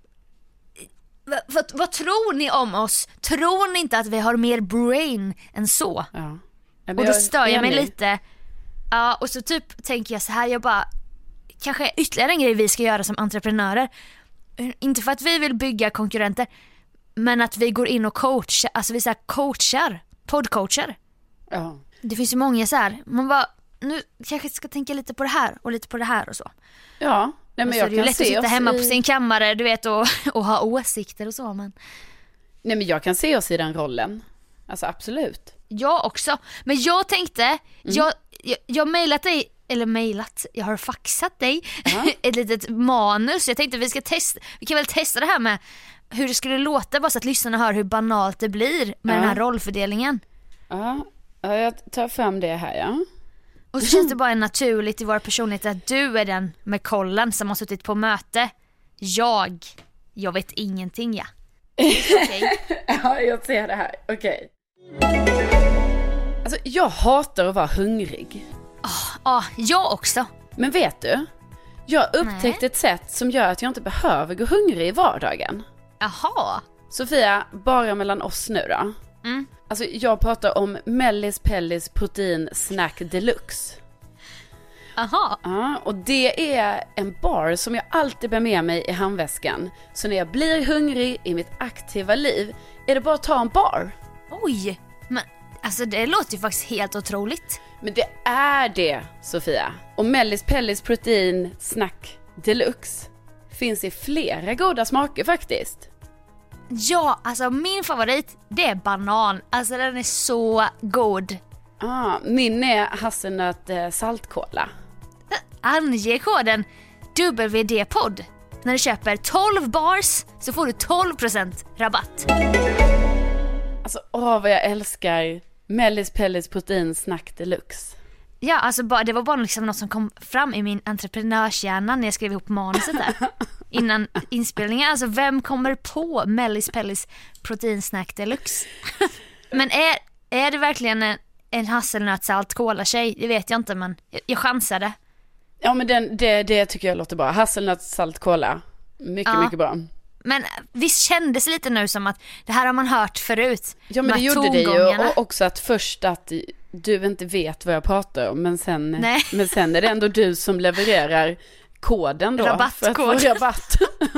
Speaker 2: vad, vad, vad tror ni om oss? Tror ni inte att vi har mer brain än så?
Speaker 1: Ja. Ja, men
Speaker 2: Och då
Speaker 1: är
Speaker 2: stör jag mig
Speaker 1: enig.
Speaker 2: lite. Ja, och så typ tänker jag så här, jag bara, kanske ytterligare en grej vi ska göra som entreprenörer. Inte för att vi vill bygga konkurrenter, men att vi går in och coachar, alltså vi så här coachar, poddcoachar.
Speaker 1: Ja.
Speaker 2: Det finns ju många så här, man bara, nu kanske ska tänka lite på det här och lite på det här och så.
Speaker 1: Ja, Nej, men
Speaker 2: så
Speaker 1: jag
Speaker 2: är det ju
Speaker 1: kan
Speaker 2: lätt att
Speaker 1: se
Speaker 2: sitta
Speaker 1: oss
Speaker 2: hemma
Speaker 1: i...
Speaker 2: på sin kammare, du vet, och, och ha åsikter och så. Men...
Speaker 1: Nej, men jag kan se oss i den rollen. Alltså absolut.
Speaker 2: Jag också. Men jag tänkte, mm. jag, jag, jag mejlat dig, eller mejlat, jag har faxat dig uh-huh. ett litet manus. Jag tänkte vi ska testa, vi kan väl testa det här med hur det skulle låta, bara så att lyssnarna hör hur banalt det blir med uh-huh. den här rollfördelningen.
Speaker 1: Ja, uh-huh. Jag tar fram det här, ja.
Speaker 2: Och så känns det bara naturligt i våra personligheter att du är den med kollen som har suttit på möte. Jag, jag vet ingenting, ja.
Speaker 1: Okay. Ja, jag ser det här. Okej. Okay. Alltså, jag hatar att vara hungrig.
Speaker 2: Ja, oh, oh, jag också.
Speaker 1: Men vet du? Jag har upptäckt Nej. ett sätt som gör att jag inte behöver gå hungrig i vardagen.
Speaker 2: Jaha.
Speaker 1: Sofia, bara mellan oss nu då.
Speaker 2: Mm.
Speaker 1: Alltså, jag pratar om Mellis Pellis Protein Snack Deluxe.
Speaker 2: Aha.
Speaker 1: Ja, och det är en bar som jag alltid bär med mig i handväskan. Så när jag blir hungrig i mitt aktiva liv är det bara att ta en bar.
Speaker 2: Oj, men alltså det låter ju faktiskt helt otroligt.
Speaker 1: Men det är det, Sofia. Och Mellis Pellis Protein Snack Deluxe finns i flera goda smaker faktiskt.
Speaker 2: Ja, alltså min favorit, det är banan. Alltså den är så god.
Speaker 1: Ah, min är hasselnöt eh, saltkola.
Speaker 2: Ange koden W D-podd. När du köper tolv bars så får du tolv procent rabatt.
Speaker 1: Alltså, åh vad jag älskar Mellis Pellis Protein Snack Deluxe.
Speaker 2: Ja, alltså bara, det var bara liksom något som kom fram i min entreprenörshjärna när jag skrev ihop manuset där. Innan inspelningen. Alltså vem kommer på Mellis Pellis Protein Snack Deluxe? Men är, är det verkligen en, en hasselnöt saltkola tjej? Det vet jag inte, men jag, jag chansade.
Speaker 1: Ja, men den, det, det tycker jag låter bra. Hasselnöt saltkola. Mycket, ja. mycket bra.
Speaker 2: Men visst kändes det lite nu som att det här har man hört förut.
Speaker 1: Ja, men det gjorde det ju. Och också att först att du inte vet vad jag pratar om. Men sen, men sen är det ändå du som levererar koden då.
Speaker 2: Rabattkod.
Speaker 1: För att få rabatt.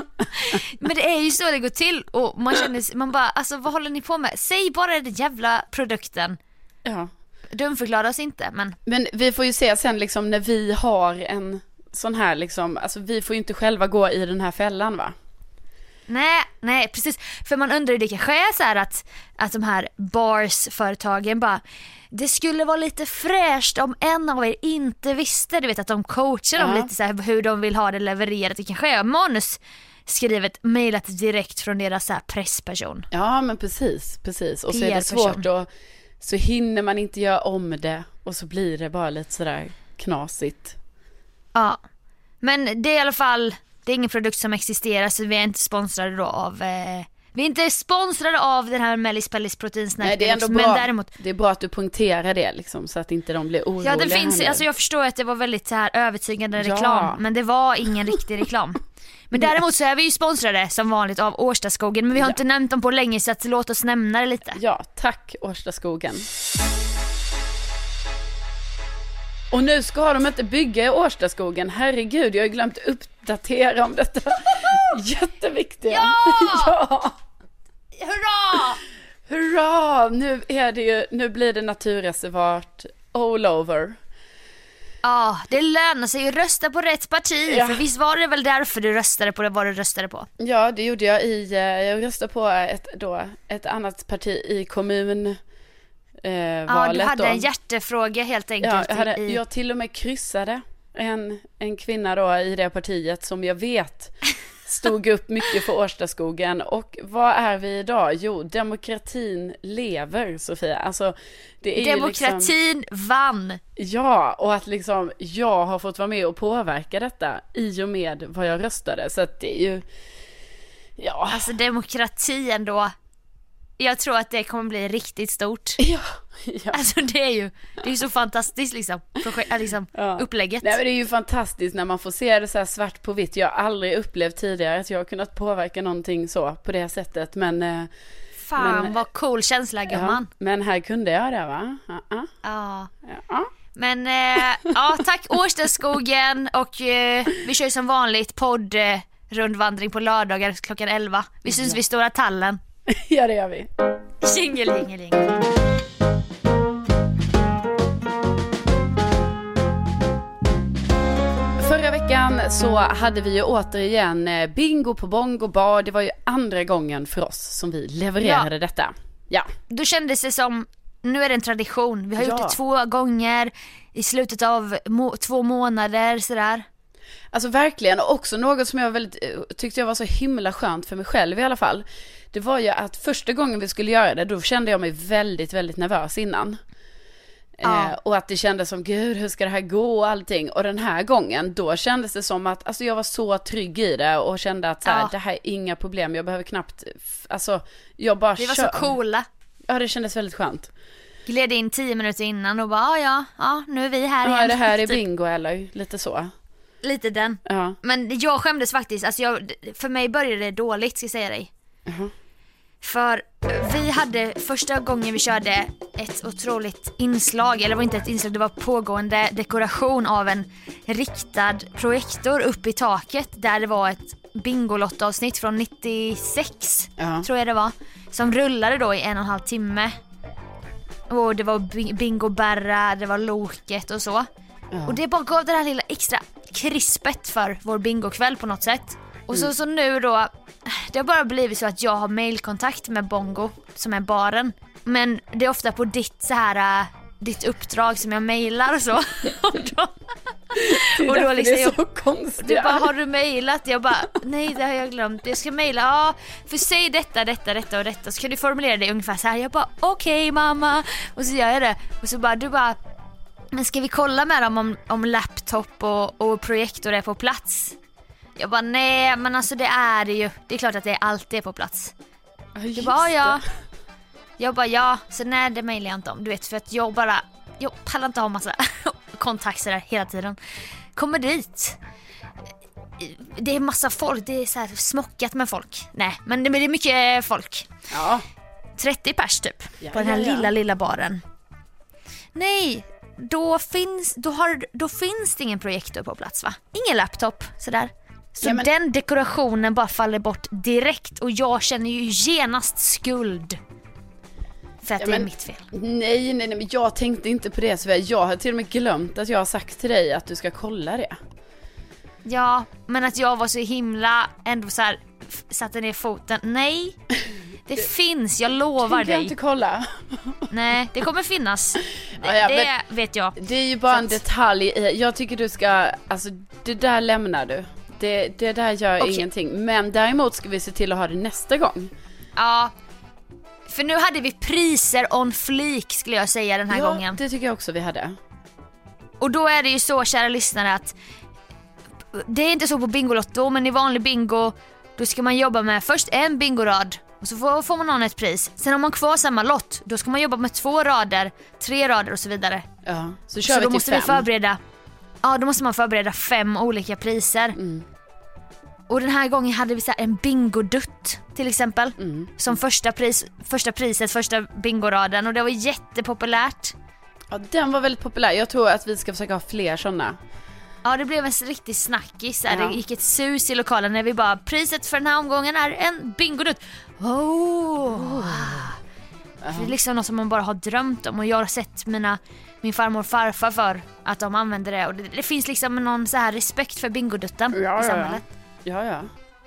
Speaker 2: Men det är ju så det går till. Och man känner, man bara, alltså vad håller ni på med? Säg bara den jävla produkten.
Speaker 1: Ja.
Speaker 2: Dumförklara oss inte, men...
Speaker 1: Men vi får ju se sen liksom när vi har en sån här liksom, alltså vi får ju inte själva gå i den här fällan, va?
Speaker 2: Nej, nej, precis. För man undrar ju, det kanske är så här att, att de här bars-företagen bara, det skulle vara lite fräscht om en av er inte visste, du vet att de coachar dem
Speaker 1: ja.
Speaker 2: lite så här hur de vill ha det levererat. Det kanske är manus skrivet, mejlat direkt från deras så här pressperson.
Speaker 1: Ja, men precis, precis. Och så är det svårt att, så hinner man inte göra om det och så blir det bara lite sådär knasigt.
Speaker 2: Ja, men det är i alla fall, det är ingen produkt som existerar, så vi är inte sponsrade då av eh, vi är inte sponsrade av den här Mellis Pellis Protein Snack.
Speaker 1: Nej, det är ändå
Speaker 2: men
Speaker 1: bra.
Speaker 2: Däremot,
Speaker 1: det är bra att du poängterar det liksom, så att inte de blir oroliga.
Speaker 2: Ja, det finns, alltså jag förstår att det var väldigt så här övertygande ja. reklam, men det var ingen riktig reklam. Men däremot så är vi ju sponsrade som vanligt av Årstaskogen, men vi har ja. inte nämnt dem på länge, så att låt oss nämna det lite.
Speaker 1: Ja, tack Årstaskogen. Och nu ska de inte bygga i Årstaskogen. Herregud, jag har glömt uppdatera om detta. Jätteviktiga.
Speaker 2: Ja!
Speaker 1: Ja!
Speaker 2: Hurra!
Speaker 1: Hurra! Nu är det ju, nu blir det naturreservat all over.
Speaker 2: Ja, det lönar sig att rösta på rätt parti.
Speaker 1: Ja.
Speaker 2: För visst var det väl därför du röstade på det, vad du röstade på?
Speaker 1: Ja, det gjorde jag i, jag röstade på ett, då, ett annat parti i kommun. Eh,
Speaker 2: ja, du hade
Speaker 1: då.
Speaker 2: en hjärtefråga helt enkelt.
Speaker 1: Ja, jag, hade,
Speaker 2: i...
Speaker 1: jag till och med kryssade en, en kvinna då i det partiet som jag vet stod upp mycket för Årstaskogen. Och vad är vi idag? Jo, demokratin lever, Sofia. Alltså, det är
Speaker 2: demokratin
Speaker 1: liksom...
Speaker 2: vann.
Speaker 1: Ja, och att liksom jag har fått vara med och påverka detta i och med vad jag röstade. Så att det är ju... Ja.
Speaker 2: Alltså demokrati ändå. Jag tror att det kommer bli riktigt stort.
Speaker 1: Ja, ja.
Speaker 2: Alltså det är ju det är ju så fantastiskt liksom, projek- liksom ja. upplägget.
Speaker 1: Nej, men det är ju fantastiskt när man får se det så här svart på vitt. Jag har aldrig upplevt tidigare att jag har kunnat påverka någonting så på det sättet, men eh,
Speaker 2: fan
Speaker 1: men,
Speaker 2: vad cool känsla, gumman.
Speaker 1: Ja, men här kunde jag det, va? Uh-uh.
Speaker 2: Ja.
Speaker 1: Ja.
Speaker 2: Men eh, ja, tack Årstaskogen, och eh, vi kör som vanligt podd eh, rundvandring på lördagar klockan elva. Vi syns ja. vid Stora Tallen.
Speaker 1: Ja, det gör vi.
Speaker 2: Jingle, jingle, jingle.
Speaker 1: Förra veckan så hade vi ju återigen bingo på Bongo bar. Det var ju andra gången för oss som vi levererade ja. detta. Ja.
Speaker 2: Då kändes det som, nu är det en tradition. Vi har gjort
Speaker 1: ja.
Speaker 2: det två gånger i slutet av må- två månader sådär.
Speaker 1: Alltså verkligen, och också något som jag väldigt, tyckte jag var så himla skönt för mig själv i alla fall. Det var ju att första gången vi skulle göra det, då kände jag mig väldigt, väldigt nervös innan. Ja. Eh, och att det kändes som, gud, hur ska det här gå och allting. Och den här gången, då kändes det som att alltså, jag var så trygg i det och kände att så här, ja. det här är inga problem. Jag behöver knappt, alltså, jag bara
Speaker 2: Vi var
Speaker 1: kör.
Speaker 2: så coola.
Speaker 1: Ja, det kändes väldigt skönt.
Speaker 2: Gled in tio minuter innan och bara, ja, ja, nu är vi här
Speaker 1: ja,
Speaker 2: igen.
Speaker 1: Ja, det här är bingo eller lite så.
Speaker 2: Lite den.
Speaker 1: Ja.
Speaker 2: Men jag skämdes faktiskt, alltså jag, för mig började det dåligt, ska jag säga dig. Uh-huh. För vi hade första gången vi körde ett otroligt inslag, eller det var inte ett inslag, det var pågående dekoration av en riktad projektor upp i taket där det var ett Bingolotto-avsnitt från nittiosex, uh-huh. tror jag det var, som rullade då i en och en halv timme. Och det var bingoberra, det var loket och så. Uh-huh. Och det bara gav det här lilla extra krispet för vår bingokväll på något sätt. Och så, mm. så nu då, det har bara blivit så att jag har mailkontakt med Bongo som är baren. Men det är ofta på ditt så här, ditt uppdrag som jag mailar och så. och då,
Speaker 1: det är,
Speaker 2: och då liksom,
Speaker 1: det är så konstigt.
Speaker 2: Du bara, har du mailat? Jag bara, nej det har jag glömt. Jag ska maila, ja, för säg detta, detta, detta och detta. Så kan du formulera det ungefär så här. Jag bara, okej okay, mamma. Och så gör jag det. Och så bara, du bara, men ska vi kolla med dem om, om laptop och, och projektor är på plats? Jag bara, nej, men alltså det är det ju. Det är klart att det alltid är på plats.
Speaker 1: Ja,
Speaker 2: jag bara, ja. Jag bara, ja. Så nej, det mejlar jag inte om. Du vet, för att jag bara, jag pallar inte ha massa kontakter där hela tiden. Kommer dit. Det är massa folk. Det är så här smockat med folk. Nej, men det är mycket folk.
Speaker 1: Ja.
Speaker 2: trettio pers typ.
Speaker 1: Ja,
Speaker 2: på den här
Speaker 1: ja, ja.
Speaker 2: lilla, lilla baren. Nej, då finns, då har, då finns det ingen projektor på plats, va? Ingen laptop, sådär. Så ja, men... den dekorationen bara faller bort direkt. Och jag känner ju genast skuld för att ja, det men... är mitt fel.
Speaker 1: Nej, nej, nej, men jag tänkte inte på det. Så jag har till och med glömt att jag har sagt till dig att du ska kolla det.
Speaker 2: Ja, men att jag var så himla ändå så här, satte ner foten. Nej, det finns, jag lovar dig.
Speaker 1: Jag inte kolla.
Speaker 2: Nej, det kommer finnas. Det,
Speaker 1: ja, ja,
Speaker 2: det vet jag.
Speaker 1: Det är ju bara så en detalj. Jag tycker du ska, alltså det där lämnar du. Det, det där gör okay. ingenting. Men däremot ska vi se till att ha det nästa gång.
Speaker 2: Ja, för nu hade vi priser on fleek skulle jag säga den här
Speaker 1: ja,
Speaker 2: gången.
Speaker 1: Det tycker jag också vi hade.
Speaker 2: Och då är det ju så, kära lyssnare, att det är inte så på Bingolotto, men i vanlig bingo då ska man jobba med först en bingorad och så får, får man någon ett pris. Sen om man kvar samma lott, då ska man jobba med två rader, tre rader och så vidare.
Speaker 1: Ja, så kör
Speaker 2: så
Speaker 1: vi
Speaker 2: då
Speaker 1: till
Speaker 2: måste
Speaker 1: fem.
Speaker 2: vi förbereda. Ja, då måste man förbereda fem olika priser.
Speaker 1: Mm.
Speaker 2: Och den här gången hade vi så här en bingodutt till exempel.
Speaker 1: Mm.
Speaker 2: Som första, pris, första priset, första bingoraden. Och det var jättepopulärt.
Speaker 1: Ja, den var väldigt populär. Jag tror att vi ska försöka ha fler sådana.
Speaker 2: Ja, det blev en riktig snackis.
Speaker 1: Ja.
Speaker 2: Det gick ett sus i lokalen när vi bara, priset för den här omgången är en bingodutt. Oh. Oh. Det är liksom något som man bara har drömt om. Och jag har sett mina, min farmor och farfar för att de använder det. Och det, det finns liksom någon så här respekt för bingodutten
Speaker 1: ja,
Speaker 2: i samhället.
Speaker 1: Ja, ja.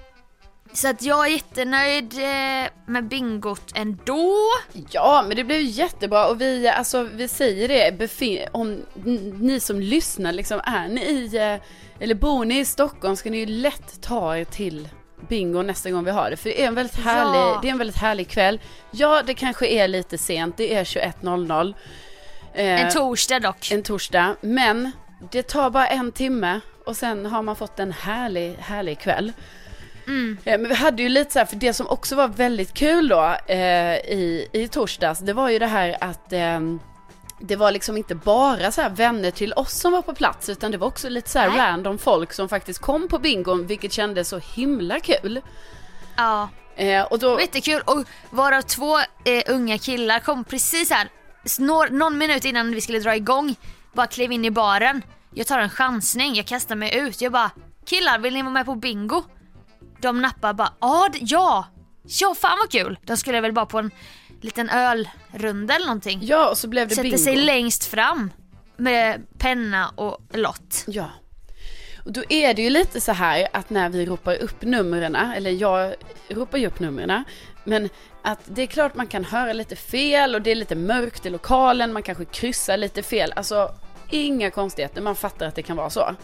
Speaker 2: Så att jag är jättenöjd med bingot ändå.
Speaker 1: Ja, men det blev ju jättebra. Och vi, alltså, vi säger det, befin- om ni som lyssnar liksom, är ni i, eller bor ni i Stockholm, ska ni ju lätt ta er till bingo nästa gång vi har det. För det är en väldigt härlig, ja. det är en väldigt härlig kväll. Ja, det kanske är lite sent, det är tjugoett noll noll. Eh,
Speaker 2: en torsdag dock.
Speaker 1: En torsdag, men det tar bara en timme och sen har man fått en härlig, härlig kväll.
Speaker 2: Mm.
Speaker 1: Men vi hade ju lite så här, för det som också var väldigt kul då eh, i, i torsdags, det var ju det här att eh, det var liksom inte bara så här vänner till oss som var på plats, utan det var också lite så här Nej. random folk som faktiskt kom på bingon, vilket kändes så himla kul.
Speaker 2: Ja,
Speaker 1: eh, och då...
Speaker 2: jättekul. Och varav två eh, unga killar kom precis här snor, någon minut innan vi skulle dra igång, bara klev in i baren. Jag tar en chansning, jag kastar mig ut. Jag bara, killar, vill ni vara med på bingo? De nappar bara, ah, ja, ja, fan vad kul. De skulle väl bara på en liten ölrunda eller någonting.
Speaker 1: Ja, och så blev det
Speaker 2: Sätter
Speaker 1: bingo.
Speaker 2: sig längst fram med penna och lott.
Speaker 1: Ja. Och då är det ju lite så här att när vi ropar upp numren, eller jag ropar ju upp numren, men att det är klart man kan höra lite fel och det är lite mörkt i lokalen, man kanske kryssar lite fel. Alltså inga konstigheter, man fattar att det kan vara så.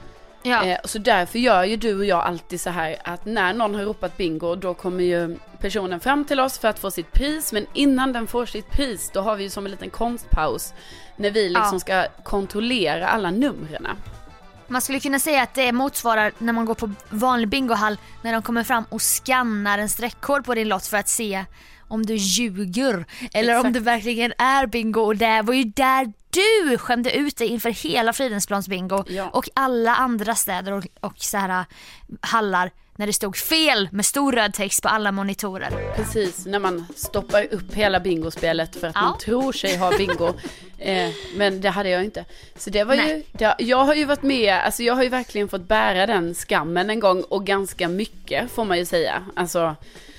Speaker 2: Ja.
Speaker 1: Eh, så därför gör ju du och jag alltid så här att när någon har ropat bingo, då kommer ju personen fram till oss för att få sitt pris. Men innan den får sitt pris, då har vi ju som en liten konstpaus när vi liksom ja. ska kontrollera alla numren.
Speaker 2: Man skulle kunna säga att det motsvarar när man går på vanlig bingohall, när de kommer fram och skannar en streckkod på din lott för att se om du ljuger eller Exakt. om det verkligen är bingo. Och det var ju där du skämde ut dig inför hela Fridhemsplans bingo ja. och alla andra städer och, och så här hallar när det stod fel med stor röd text på alla monitorer.
Speaker 1: Precis, när man stoppar upp hela bingospelet för att ja. man tror sig ha bingo. eh, men det hade jag inte. Så det var Nej. ju, det, jag har ju varit med, alltså jag har ju verkligen fått bära den skammen en gång, och ganska mycket får man ju säga. Alltså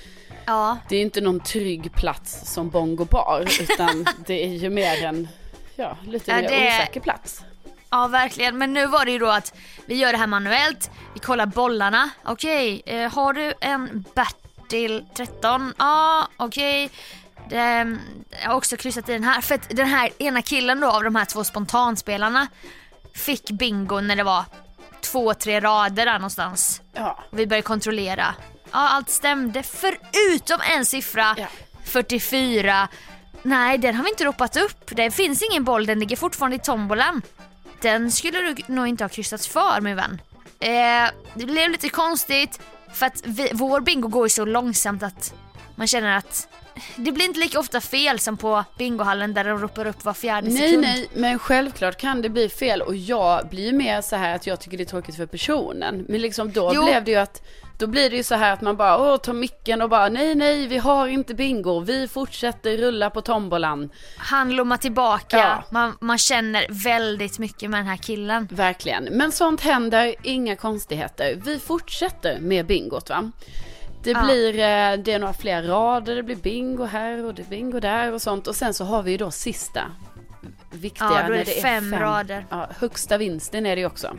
Speaker 1: ja. det är inte någon trygg plats som Bongo Bar, utan det är ju mer en ja, lite ja, mer det... osäker plats.
Speaker 2: Ja, verkligen. Men nu var det ju då att vi gör det här manuellt. Vi kollar bollarna. Okej, okay. eh, har du en Bertil tretton? Ja, okej. Okay. Jag har också kryssat i den här. För att den här ena killen då av de här två spontanspelarna fick bingo när det var två, tre rader där någonstans. Ja. Vi började kontrollera. Ja, allt stämde. Förutom en siffra. Ja. fyrtiofyra. Nej, den har vi inte ropat upp. Det finns ingen boll, den ligger fortfarande i tombolan. Den skulle du nog inte ha kryssats för, min vän. Eh, det blev lite konstigt, för att vi, vår bingo går ju så långsamt att man känner att det blir inte lika ofta fel som på bingohallen där de ropar upp var fjärde
Speaker 1: nej,
Speaker 2: sekund.
Speaker 1: Nej, men självklart kan det bli fel, och jag blir mer så här att jag tycker det är tråkigt för personen. Men liksom då jo. blev det ju att Då blir det ju så här att man bara åh, tar micken och bara nej, nej, vi har inte bingo. Vi fortsätter rulla på tombolan.
Speaker 2: Han lommar tillbaka. Ja. Man, man känner väldigt mycket med den här killen.
Speaker 1: Verkligen. Men sånt händer, inga konstigheter. Vi fortsätter med bingot, va? Det ja. blir det är några fler rader, det blir bingo här och det är bingo där och sånt. Och sen så har vi ju då sista viktiga.
Speaker 2: Ja, då är det,
Speaker 1: när det är
Speaker 2: fem,
Speaker 1: fem
Speaker 2: rader.
Speaker 1: Ja, högsta vinsten är det ju också.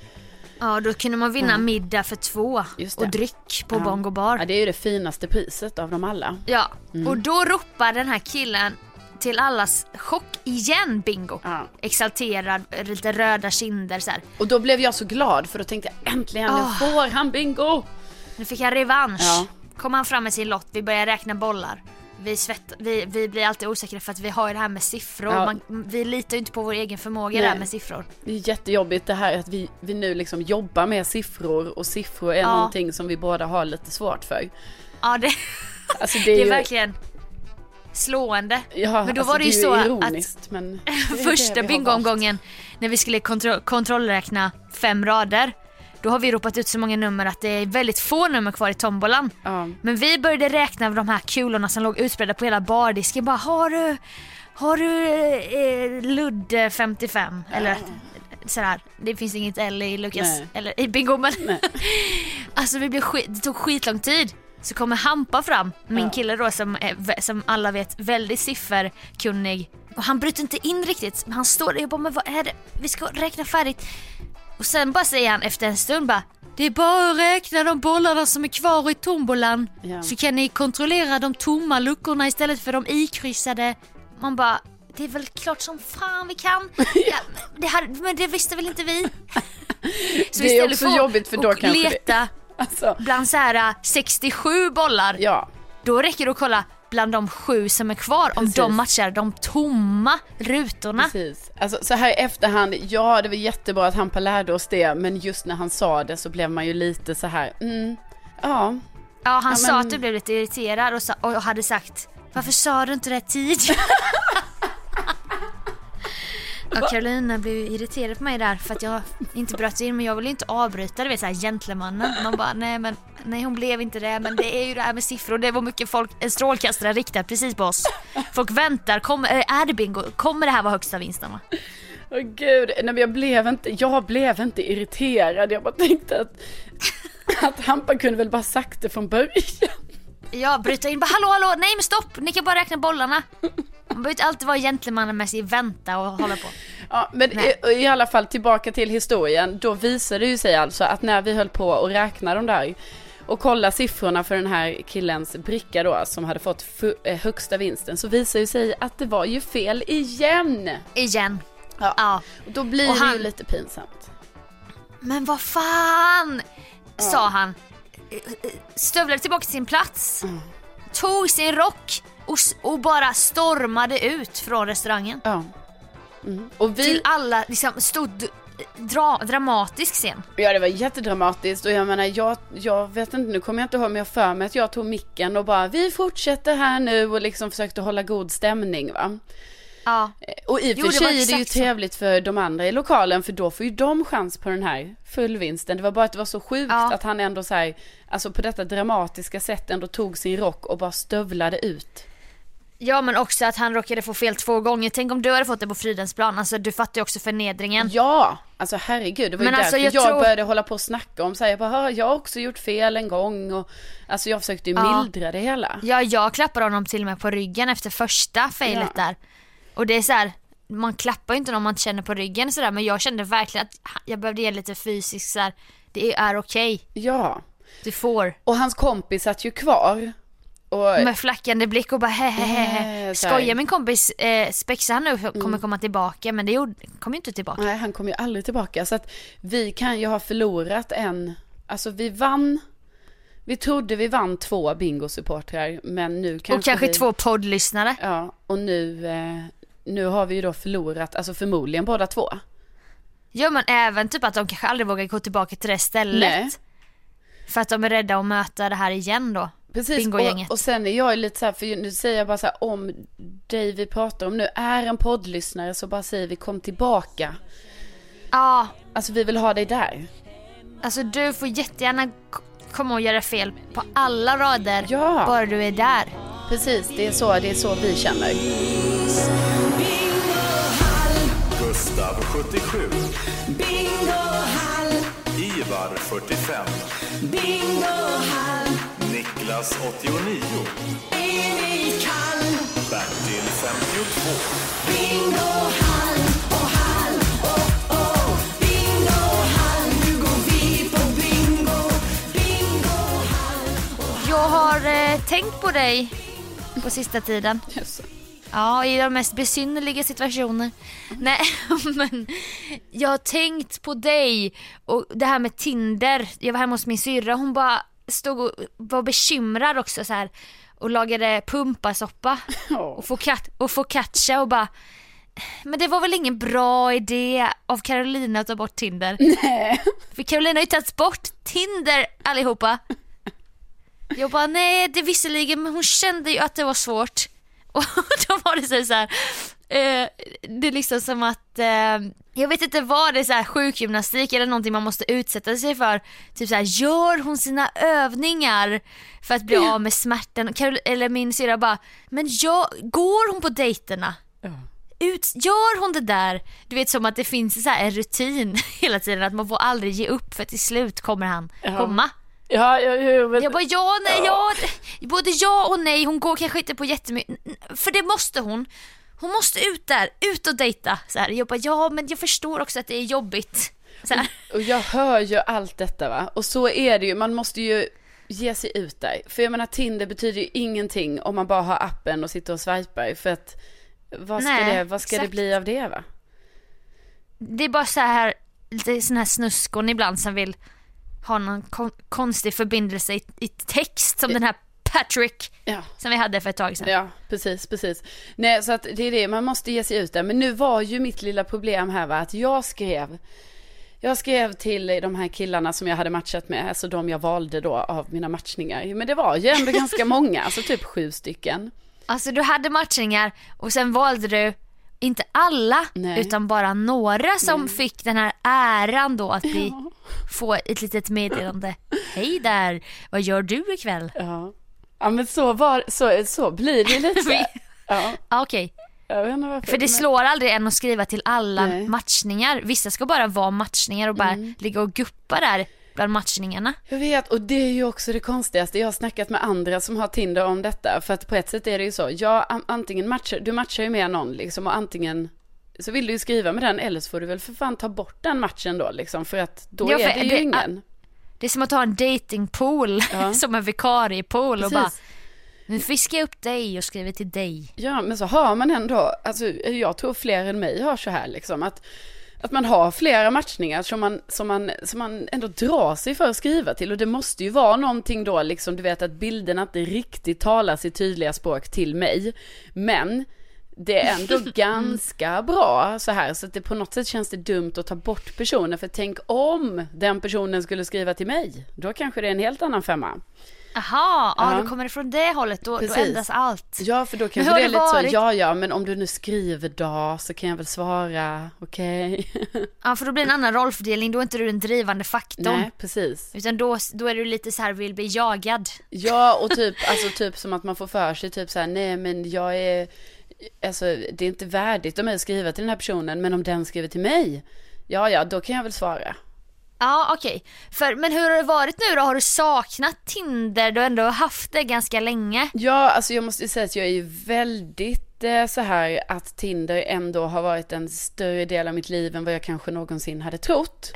Speaker 2: Ja, då kunde man vinna mm. middag för två och dryck på
Speaker 1: ja.
Speaker 2: Bongo Bar.
Speaker 1: Ja, det är ju det finaste priset av dem alla.
Speaker 2: Ja, mm. och då ropar den här killen till allas chock igen bingo. Ja. Exalterad, lite röda kinder så här.
Speaker 1: Och då blev jag så glad, för då tänkte jag äntligen, oh. nu får han bingo.
Speaker 2: Nu fick jag revansch.
Speaker 1: Ja.
Speaker 2: Kom han fram med sin lott, vi börjar räkna bollar. Vi, svett, vi, vi blir alltid osäkra för att vi har ju det här med siffror. Ja. Man, vi litar ju inte på vår egen förmåga där med siffror. Det är
Speaker 1: jättejobbigt det här att vi, vi nu liksom jobbar med siffror. Och siffror är ja. någonting som vi båda har lite svårt för.
Speaker 2: Ja, det,
Speaker 1: alltså det, är,
Speaker 2: det är
Speaker 1: ju...
Speaker 2: verkligen slående.
Speaker 1: Ja,
Speaker 2: men då
Speaker 1: alltså
Speaker 2: var det ju
Speaker 1: det
Speaker 2: så
Speaker 1: ironiskt,
Speaker 2: att
Speaker 1: men
Speaker 2: första bingoomgången när vi skulle kontro- kontrollräkna fem rader, då har vi ropat ut så många nummer att det är väldigt få nummer kvar i tombolan.
Speaker 1: Ja.
Speaker 2: Men vi började räkna av de här kulorna som låg utspridda på hela bardisken. Bara, har du, har du eh, Ludde femtiofem? Ja. Eller sådär. Det finns inget L i Lukas. Nej. Eller i bingo, men alltså vi blev skit, det tog skitlång tid. Så kommer Hampa fram, min ja. kille då som, är, som alla vet väldigt sifferkunnig. Och han bryter inte in riktigt. Men han står där och bara, men vad är det? Vi ska räkna färdigt. Och sen bara säger han efter en stund bara, det är bara att räkna de bollarna som är kvar i tombolan. Ja. Så kan ni kontrollera de tomma luckorna istället för de ikryssade. Man bara, det är väl klart som fan vi kan. Ja, det hade, men det visste väl inte vi. Så
Speaker 1: det är också jobbigt, för då kan
Speaker 2: leta alltså. bland så här sextiosju bollar.
Speaker 1: Ja.
Speaker 2: Då räcker det att kolla bland de sju som är kvar. Precis. Om de matchar de tomma rutorna.
Speaker 1: Precis. Alltså så här i efterhand, ja det var jättebra att han lärde oss det, men just när han sa det så blev man ju lite så här, mm, ja.
Speaker 2: Ja, han
Speaker 1: ja,
Speaker 2: sa
Speaker 1: men...
Speaker 2: att du blev lite irriterad och, sa, och hade sagt, varför sa du inte det tidigt? Ja, Carolina blev irriterad på mig där för att jag inte bröt in, men jag ville inte avbryta, det vet så här gentlemannen. Man bara, nej men nej, hon blev inte det, men det är ju det här med siffror. Det var mycket folk, en strålkastare riktad precis på oss. Folk väntar, kommer, är det bingo? Kommer det här vara högsta vinsten, va?
Speaker 1: Åh oh, gud, nej, men jag blev inte jag blev inte irriterad. Jag bara tänkte att att Hampa kunde väl bara sagt det från början.
Speaker 2: Ja, bryta in, bara hallå, hallå, nej men stopp, ni kan bara räkna bollarna. Man behöver inte alltid vara gentlemannamässig, vänta och hålla på.
Speaker 1: Ja, men i, i alla fall tillbaka till historien. Då visade det ju sig alltså att när vi höll på att räkna de där och kolla siffrorna för den här killens bricka då, som hade fått fu- eh, högsta vinsten, så visade det sig att det var ju fel igen.
Speaker 2: Igen.
Speaker 1: Ja.
Speaker 2: Ja.
Speaker 1: Och då blir
Speaker 2: Och han...
Speaker 1: det ju lite pinsamt.
Speaker 2: Men vad fan,
Speaker 1: ja.
Speaker 2: sa han. Stövlade tillbaka till sin plats. Mm. Tog sin rock och, och bara stormade ut från restaurangen.
Speaker 1: Ja. Mm. Och vi...
Speaker 2: Till alla, liksom, stod dra, dramatisk scen.
Speaker 1: Ja, det var jättedramatiskt. Och jag menar, jag, jag vet inte, nu kommer jag inte ihåg, men jag för mig att jag tog micken och bara, vi fortsätter här nu, och liksom försökte hålla god stämning, va?
Speaker 2: Ja.
Speaker 1: Och i och för sig är det ju trevligt för de andra i lokalen, för då får ju de chans på den här fullvinsten. Det var bara att det var så sjukt ja. att han ändå så här, alltså på detta dramatiska sätt ändå tog sin rock och bara stövlade ut.
Speaker 2: Ja, men också att han råkade få fel två gånger. Tänk om du hade fått det på Fridhemsplan. Alltså du fattar ju också förnedringen.
Speaker 1: Ja, alltså herregud. Det var ju
Speaker 2: men
Speaker 1: därför
Speaker 2: alltså,
Speaker 1: jag,
Speaker 2: jag
Speaker 1: tror... började hålla på och snacka om så här, jag bara, jag har också gjort fel en gång. Och, alltså jag försökte ju ja. mildra det hela.
Speaker 2: Ja, jag klappade honom till och med på ryggen efter första failet ja. där. Och det är så här, man klappar ju inte om man inte känner på ryggen så där, men jag kände verkligen att jag behövde ge lite fysiskt så här, det är okej. Okay.
Speaker 1: Ja.
Speaker 2: Du får.
Speaker 1: Och hans kompis satt ju kvar. Och...
Speaker 2: med flackande blick och bara hehehe. Skojar min kompis eh, Spexa han nu kommer mm. komma tillbaka, men det gjorde, kom ju inte tillbaka.
Speaker 1: Nej, han kommer ju aldrig tillbaka. Så att vi kan ju ha förlorat en, alltså vi vann, vi trodde vi vann två bingo-supportrar, men nu kanske
Speaker 2: och kanske
Speaker 1: vi...
Speaker 2: två poddlyssnare.
Speaker 1: Ja, och nu eh, nu har vi ju då förlorat, alltså förmodligen båda två.
Speaker 2: Ja, men även typ att de kanske aldrig vågar gå tillbaka till det stället. Nej. För att de är rädda att möta det här igen då.
Speaker 1: Precis, och, och sen är jag lite så här, för nu säger jag bara så här, om dig vi pratar om nu är en poddlyssnare, så bara säger vi kom tillbaka.
Speaker 2: Ja.
Speaker 1: Alltså vi vill ha dig där.
Speaker 2: Alltså du får jättegärna komma och göra fel på alla rader.
Speaker 1: Ja.
Speaker 2: Bara du är där.
Speaker 1: Precis, det är så, det är så vi känner.
Speaker 3: Gustav sjuttiosju.
Speaker 4: Bingohall.
Speaker 3: Ivar fyrtiofem.
Speaker 4: Bingohall.
Speaker 3: Niklas åttionio.
Speaker 4: Erik Hall.
Speaker 3: Bertil femtiotvå.
Speaker 4: Bingohall och hall och oh. Bingohall, nu går vi på bingo. Bingohall och hall.
Speaker 2: Jag har eh, tänkt på dig på sista tiden.
Speaker 1: Yes.
Speaker 2: Ja, i de mest besynnerliga situationer. Mm. Nej, men jag har tänkt på dig och det här med Tinder. Jag var hemma hos min syrra, hon bara stod och var bekymrad också så här, och lagade pumpasoppa oh. och få kat- och få katcha och bara, men det var väl ingen bra idé av Carolina att ta bort Tinder.
Speaker 1: Nej.
Speaker 2: För Carolina har ju tagit bort Tinder allihopa. Jag bara, nej, det visserligen, men hon kände ju att det var svårt. Och då var det så här, eh, det är liksom som att eh, jag vet inte vad det är, så här sjukgymnastik eller någonting man måste utsätta sig för. Typ så här, gör hon sina övningar för att bli ja. av med smärtan? Eller min syrra bara, men jag, går hon på dejterna? Ja. Ut, gör hon det där? Du vet, som att det finns så här en rutin hela tiden, att man får aldrig ge upp, för till slut kommer han ja. komma.
Speaker 1: Ja, jag, jag, vet.
Speaker 2: jag bara, ja, nej, ja. ja. Både ja och nej. Hon går kanske inte på jättemycket, för det måste hon. Hon måste ut där, ut och dejta så här. Jag bara, ja, men jag förstår också att det är jobbigt så här.
Speaker 1: Och, och jag hör ju allt detta, va. Och så är det ju, man måste ju ge sig ut där. För jag menar, Tinder betyder ju ingenting om man bara har appen och sitter och swipar. För att, vad ska, nej, det, vad ska det bli av det, va?
Speaker 2: Det är bara så här, lite sån här snuskon ibland som vill ha någon kon- konstig förbindelse i, i text, som den här Patrick ja. som vi hade för ett tag sedan.
Speaker 1: Ja, precis, precis. Nej, så att det är det, man måste ge sig ut där. Men nu var ju mitt lilla problem här, va, att jag skrev jag skrev till de här killarna som jag hade matchat med, alltså de jag valde då av mina matchningar. Men det var ju ändå ganska många, alltså typ sju stycken.
Speaker 2: Alltså du hade matchningar och sen valde du inte alla, nej, utan bara några som nej. fick den här äran då att bli, ja. få ett litet meddelande. Hej där, vad gör du ikväll?
Speaker 1: Ja, ja men så, var, så, så blir det lite. Ja,
Speaker 2: okej.
Speaker 1: Okay.
Speaker 2: För det slår aldrig en att skriva till alla nej. matchningar. Vissa ska bara vara matchningar och bara mm. ligga och guppa där bland matchningarna.
Speaker 1: Jag vet, och det är ju också det konstigaste. Jag har snackat med andra som har Tinder om detta. För att på ett sätt är det ju så. Ja, antingen matchar, du matchar ju med någon liksom, och antingen så vill du ju skriva med den, eller så får du väl för fan ta bort den matchen då liksom, för att då
Speaker 2: Ja, för
Speaker 1: är det ju
Speaker 2: det-
Speaker 1: ingen.
Speaker 2: Det är som att ha en datingpool
Speaker 1: Ja.
Speaker 2: som en vikariepool och
Speaker 1: Precis.
Speaker 2: bara, nu fiskar jag upp dig och skriver till dig.
Speaker 1: Ja, men så har man ändå, alltså jag tror fler än mig har så här liksom, att Att man har flera matchningar som man, som, man, som man ändå drar sig för att skriva till. Och det måste ju vara någonting då, liksom, du vet att bilderna inte riktigt talar sitt tydliga språk till mig. Men det är ändå ganska bra så här. Så att det på något sätt känns det dumt att ta bort personen. För tänk om den personen skulle skriva till mig. Då kanske det är en helt annan femma.
Speaker 2: Aha, ja,
Speaker 1: Ja.
Speaker 2: då kommer det från det hållet, då, då
Speaker 1: Precis.
Speaker 2: ändras allt.
Speaker 1: Ja, för då
Speaker 2: Men
Speaker 1: kanske
Speaker 2: hur
Speaker 1: det
Speaker 2: har
Speaker 1: är
Speaker 2: det
Speaker 1: lite
Speaker 2: varit?
Speaker 1: så, ja ja, men om du nu skriver då så kan jag väl svara, okej.
Speaker 2: Ja, för då blir det en annan rollfördelning, då är inte du den drivande faktorn.
Speaker 1: Nej, precis.
Speaker 2: Utan då, då är du lite så här, vill bli jagad.
Speaker 1: Ja, och typ, alltså typ som att man får för sig typ så här, nej men jag är, alltså det är inte värdigt om jag skriver till den här personen, men om den skriver till mig, ja ja, då kan jag väl svara.
Speaker 2: Ja, okej. För, men hur har det varit nu då? Har du saknat Tinder? Du har ändå haft det ganska länge.
Speaker 1: Ja, alltså jag måste säga att jag är ju väldigt eh, så här att Tinder ändå har varit en större del av mitt liv än vad jag kanske någonsin hade trott.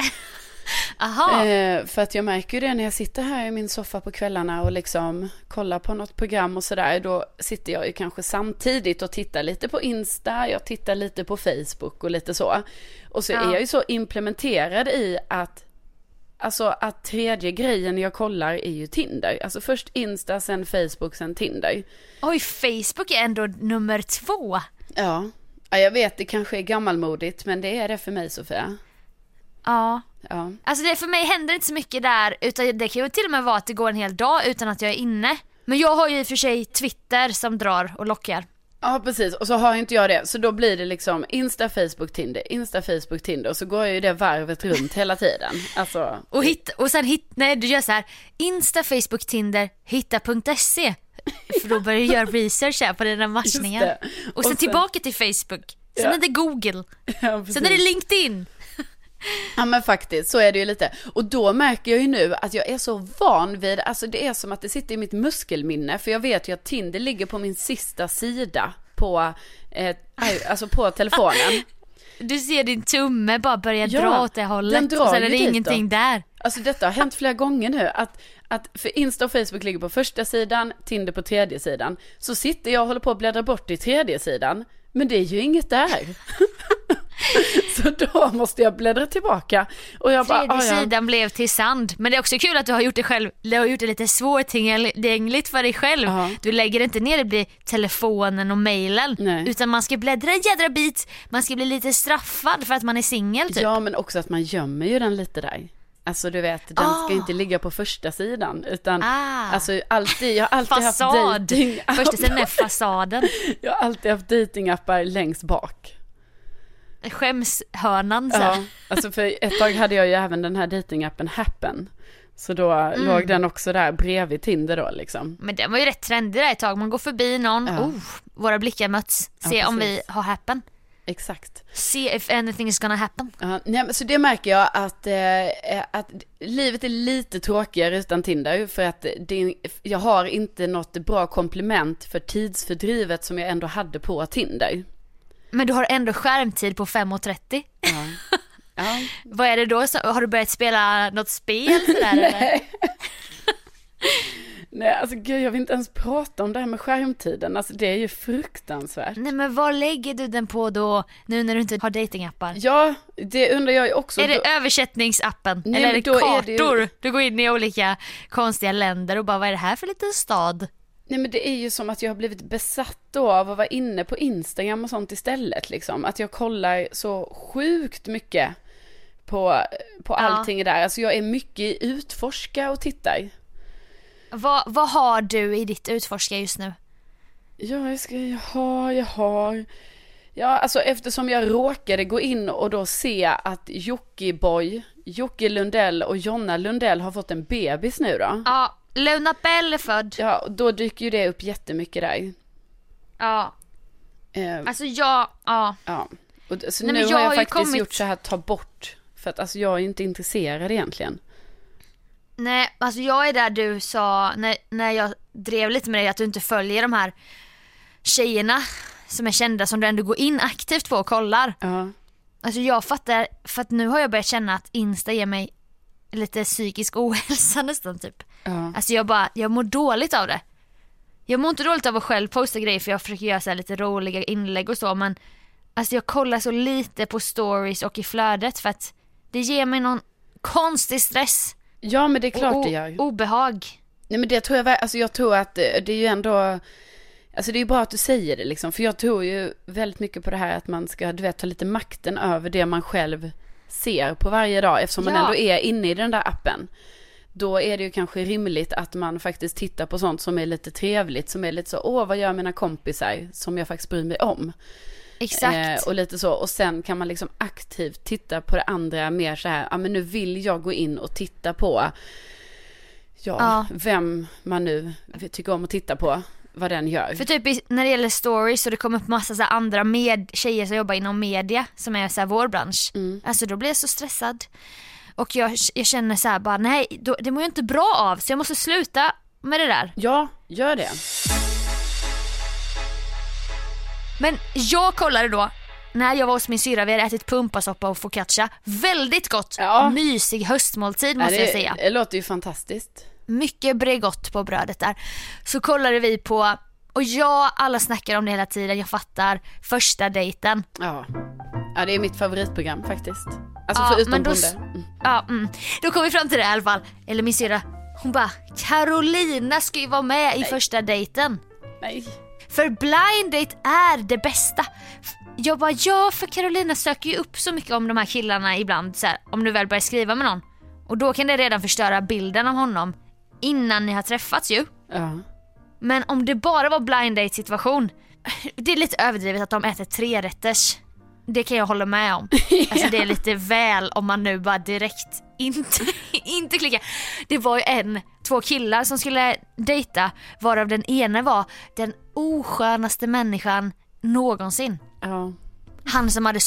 Speaker 2: Aha.
Speaker 1: Eh, för att jag märker ju det när jag sitter här i min soffa på kvällarna och liksom kollar på något program och sådär. Då sitter jag ju kanske samtidigt och tittar lite på Insta, jag tittar lite på Facebook och lite så. Och så
Speaker 2: Ja.
Speaker 1: är jag ju så implementerad i att, alltså att tredje grejen jag kollar är ju Tinder. Alltså först Insta, sen Facebook, sen Tinder.
Speaker 2: Oj, Facebook är ändå nummer två.
Speaker 1: Ja, ja jag vet, det kanske är gammalmodigt, men det är det för mig, Sofia.
Speaker 2: Ja.
Speaker 1: Ja.
Speaker 2: Alltså det, för mig händer inte så mycket där, utan det kan ju till och med vara att det går en hel dag utan att jag är inne. Men jag har ju i och för sig Twitter som drar och lockar.
Speaker 1: Ja, precis. Och så har inte jag det. Så då blir det liksom Insta, Facebook, Tinder. Insta, Facebook, Tinder. Och så går ju det varvet runt hela tiden. Alltså...
Speaker 2: Och, hit, och sen hit, nej, du gör så här: Insta, Facebook, Tinder, hitta.se. För då börjar du göra research här på dina matchningar.
Speaker 1: Just det.
Speaker 2: Och sen,
Speaker 1: Och sen-
Speaker 2: tillbaka till Facebook. Sen
Speaker 1: Ja.
Speaker 2: är det Google.
Speaker 1: Ja, precis.
Speaker 2: Sen är det LinkedIn.
Speaker 1: Ja, men faktiskt, så är det ju lite. Och då märker jag ju nu att jag är så van vid, alltså det är som att det sitter i mitt muskelminne. För jag vet ju att Tinder ligger på min sista sida på, eh, alltså på telefonen.
Speaker 2: Du ser din tumme bara börja
Speaker 1: Ja,
Speaker 2: dra åt det
Speaker 1: den
Speaker 2: hållet.
Speaker 1: drar
Speaker 2: Och sen
Speaker 1: ju
Speaker 2: är det
Speaker 1: dit
Speaker 2: ingenting
Speaker 1: då.
Speaker 2: där.
Speaker 1: Alltså detta har hänt flera gånger nu. Att, att för Insta och Facebook ligger på första sidan, Tinder på tredje sidan. Så sitter jag och håller på att bläddra bort i tredje sidan. Men det är ju inget där. Så då måste jag bläddra tillbaka. Och jag bara,
Speaker 2: Tredje
Speaker 1: ah, ja.
Speaker 2: sidan blev till sand. Men det är också kul att du har gjort det själv. Du har gjort det lite svårtillgängligt för dig själv.
Speaker 1: Ja.
Speaker 2: Du lägger inte ner det blir telefonen och mejlen.
Speaker 1: Nej.
Speaker 2: Utan man ska bläddra en jädra bit. Man ska bli lite straffad för att man är singel typ.
Speaker 1: Ja, men också att man gömmer ju den lite där. Alltså du vet, den
Speaker 2: Ah.
Speaker 1: ska inte ligga på första sidan. Utan
Speaker 2: Ah.
Speaker 1: alltså alltid, jag har alltid
Speaker 2: Fasad.
Speaker 1: haft dating.
Speaker 2: Första sidan är fasaden.
Speaker 1: Jag har alltid haft datingappar längst bak.
Speaker 2: Skämshörnan så.
Speaker 1: Ja, alltså för ett tag hade jag ju även den här datingappen Happen. Så då
Speaker 2: Mm.
Speaker 1: låg den också där bredvid Tinder då liksom.
Speaker 2: Men den var ju rätt trendig där ett tag. Man går förbi någon.
Speaker 1: Ja.
Speaker 2: Oh, våra blickar möts. Se
Speaker 1: Ja,
Speaker 2: om vi
Speaker 1: precis.
Speaker 2: har happen.
Speaker 1: Exakt.
Speaker 2: Se if anything is gonna happen.
Speaker 1: Ja, nej, men så det märker jag att, eh, att livet är lite tråkigare utan Tinder. För att det, jag har inte något bra komplement för tidsfördrivet som jag ändå hade på Tinder.
Speaker 2: Men du har ändå skärmtid på fem och trettio.
Speaker 1: Ja. Ja.
Speaker 2: Vad är det då? Så, har du börjat spela något spel sådär, eller?
Speaker 1: Nej. Nej, alltså gud, jag vill inte ens prata om det här med skärmtiden. Alltså det är ju fruktansvärt.
Speaker 2: Nej, men vad lägger du den på då, nu när du inte har datingappar?
Speaker 1: Ja, det undrar jag ju också.
Speaker 2: Är det
Speaker 1: Då-
Speaker 2: översättningsappen?
Speaker 1: Nej,
Speaker 2: eller är
Speaker 1: men
Speaker 2: det
Speaker 1: då är
Speaker 2: kartor?
Speaker 1: det ju-
Speaker 2: Du går in i olika konstiga länder och bara, vad är det här för liten stad?
Speaker 1: Nej, men det är ju som att jag har blivit besatt då av att vara inne på Instagram och sånt istället liksom. Att jag kollar så sjukt mycket på, på
Speaker 2: Ja.
Speaker 1: allting där. Alltså jag är mycket i utforska och tittar.
Speaker 2: Vad, vad har du i ditt utforska just nu?
Speaker 1: Ja, jag ska, jag har, jag har. Ja, alltså eftersom jag råkade gå in och då se att Jockiboi, Jocke Lundell och Jonna Lundell har fått en bebis nu då.
Speaker 2: Ja, Luna Bell är född.
Speaker 1: Ja, då dyker ju det upp jättemycket där.
Speaker 2: Ja,
Speaker 1: Eh,
Speaker 2: alltså jag, ja.
Speaker 1: ja. Och, d- så
Speaker 2: Nej,
Speaker 1: nu
Speaker 2: men
Speaker 1: har
Speaker 2: jag
Speaker 1: jag
Speaker 2: har ju
Speaker 1: faktiskt
Speaker 2: kommit-
Speaker 1: gjort så här, ta bort. För att alltså jag är ju inte intresserad egentligen.
Speaker 2: Nej, alltså jag är där du sa när, när jag drev lite med dig att du inte följer de här tjejerna som är kända som du ändå går in aktivt på och kollar.
Speaker 1: Ja.
Speaker 2: Alltså jag fattar, för att nu har jag börjat känna att Insta ger mig lite psykisk ohälsa nästan typ.
Speaker 1: Ja.
Speaker 2: Alltså jag bara, jag mår dåligt av det. Jag mår inte dåligt av att själv posta grejer för jag försöker göra så här lite roliga inlägg och så, men alltså jag kollar så lite på stories och i flödet för att det ger mig någon konstig stress.
Speaker 1: Ja, men det är klart
Speaker 2: och,
Speaker 1: det gör.
Speaker 2: Obehag.
Speaker 1: Nej, men det tror jag, alltså jag tror att det, det är ju ändå, alltså det är ju bra att du säger det liksom, för jag tror ju väldigt mycket på det här att man ska, du vet, ta lite makten över det man själv ser på varje dag, eftersom man
Speaker 2: Ja.
Speaker 1: ändå är inne i den där appen. Då är det ju kanske rimligt att man faktiskt tittar på sånt som är lite trevligt, som är lite så, åh vad gör mina kompisar som jag faktiskt bryr mig om.
Speaker 2: Exakt.
Speaker 1: Eh, och lite så, och sen kan man liksom aktivt titta på det andra mer så här, ja men nu vill jag gå in och titta på ja,
Speaker 2: Ja.
Speaker 1: vem man nu tycker om att titta på, vad den gör.
Speaker 2: För typ i- när det gäller stories så det kommer upp massa så här andra med tjejer som jobbar inom media som är så här vår bransch.
Speaker 1: Mm.
Speaker 2: Alltså då blir jag så stressad. Och jag, jag känner så här bara nej, då, det mår jag inte bra av så jag måste sluta med det där.
Speaker 1: Ja, gör det.
Speaker 2: Men jag kollade då när jag var hos min syra, vi hade ätit pumpasoppa och focaccia. Väldigt gott,
Speaker 1: Ja.
Speaker 2: mysig höstmåltid måste
Speaker 1: Ja,
Speaker 2: jag
Speaker 1: det,
Speaker 2: säga.
Speaker 1: det låter ju fantastiskt.
Speaker 2: Mycket Bregott på brödet där. Så kollade vi på, och jag, alla snackar om det hela tiden, jag fattar, första dejten.
Speaker 1: Ja. Ja, det är mitt favoritprogram faktiskt. Alltså
Speaker 2: Ja,
Speaker 1: förutom
Speaker 2: men då,
Speaker 1: Bonde. Mm.
Speaker 2: ja, mm. Då kom vi fram till det i alla fall. Eller min syra, hon bara, Carolina ska ju vara med i första dejten.
Speaker 1: Nej.
Speaker 2: För blind date är det bästa. Jag bara, ja, för Carolina söker ju upp så mycket om de här killarna ibland så här, om du väl börjar skriva med någon. Och då kan det redan förstöra bilden av honom innan ni har träffats ju.
Speaker 1: Ja.
Speaker 2: Men om det bara var blind date situation, det är lite överdrivet att de äter tre rätters. Det kan jag hålla med om. Alltså det är lite väl om man nu bara direkt inte, inte klickar. Det var ju en, två killar som skulle dejta, varav den ena var den oskönaste människan någonsin.
Speaker 1: Ja.
Speaker 2: Han som hade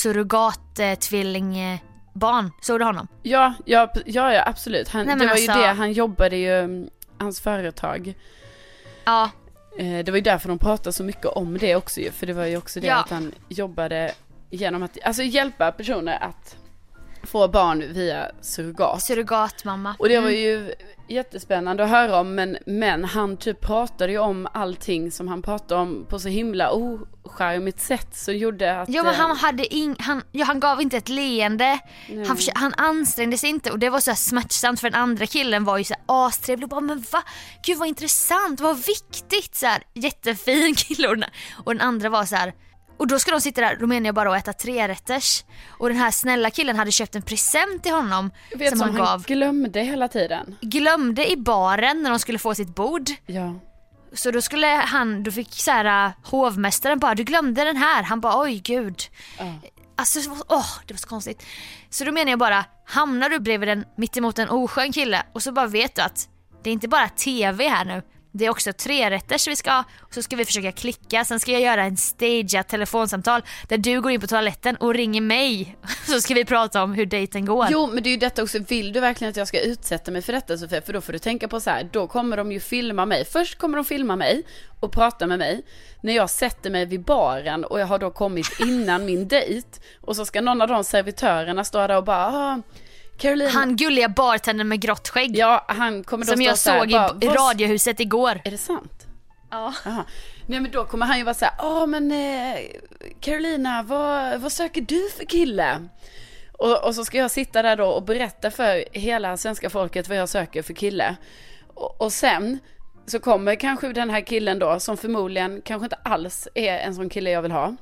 Speaker 2: surrogat-tvillingbarn, såg du honom?
Speaker 1: Ja, ja, ja, ja, absolut. Han,
Speaker 2: Nej,
Speaker 1: det
Speaker 2: men
Speaker 1: var
Speaker 2: alltså-
Speaker 1: ju det, han jobbade ju, mm, hans företag.
Speaker 2: Ja,
Speaker 1: Eh, det var ju därför de pratade så mycket om det också ju. För det var ju också det
Speaker 2: Ja.
Speaker 1: att han jobbade genom att, alltså hjälpa personer att få barn via surrogat.
Speaker 2: surrogatmamma.
Speaker 1: Och det var ju jättespännande att höra om, men, men han typ pratade ju om allting som han pratade om på så himla ocharmigt sätt, så gjorde att...
Speaker 2: Ja, men han
Speaker 1: eh,
Speaker 2: hade ing, han, ja, han gav inte ett leende. Han, försö- han ansträngde sig inte och det var så här smärtsamt för den andra killen var ju så här astrevlig och bara, men va? Gud vad intressant, vad viktigt så här, jättefin kille och den, och den andra var så här. Och då ska de sitta där, då menar jag bara att äta tre rätters. Och den här snälla killen hade köpt en present till honom
Speaker 1: jag vet
Speaker 2: som
Speaker 1: som
Speaker 2: han
Speaker 1: han
Speaker 2: gav.
Speaker 1: glömde hela tiden.
Speaker 2: Glömde i baren när de skulle få sitt bord.
Speaker 1: Ja.
Speaker 2: Så då skulle han, då fick så här, hovmästaren bara, du glömde den här. Han bara, oj gud.
Speaker 1: Ja.
Speaker 2: Alltså, åh, det var så konstigt. Så då menar jag bara, hamnar du bredvid den mitt emot en oskön kille och så bara vet du att det är inte bara tv här nu. Det är också tre rätter vi ska ha. Och så ska vi försöka klicka. Sen ska jag göra en stageat telefonsamtal där du går in på toaletten och ringer mig. Så ska vi prata om hur dejten går.
Speaker 1: Jo, men det är ju detta också. Vill du verkligen att jag ska utsätta mig för detta, Sofia? För då får du tänka på så här, då kommer de ju filma mig. Först kommer de filma mig och prata med mig när jag sätter mig vid baren och jag har då kommit innan min dejt. Och så ska någon av de servitörerna stå där och bara, ah, Carolina.
Speaker 2: Han gulliga bartendern med grått skägg.
Speaker 1: Ja, han kommer då
Speaker 2: Som
Speaker 1: stå
Speaker 2: jag
Speaker 1: så här,
Speaker 2: såg i
Speaker 1: bara, vad-
Speaker 2: radiohuset igår.
Speaker 1: Är det sant?
Speaker 2: Ja.
Speaker 1: Aha. Nej, men då kommer han ju vara så här, ja men eh, Carolina, vad, vad söker du för kille? Och, och så ska jag sitta där då och berätta för hela svenska folket vad jag söker för kille. Och, och sen så kommer kanske den här killen då, som förmodligen kanske inte alls är en sån kille jag vill ha.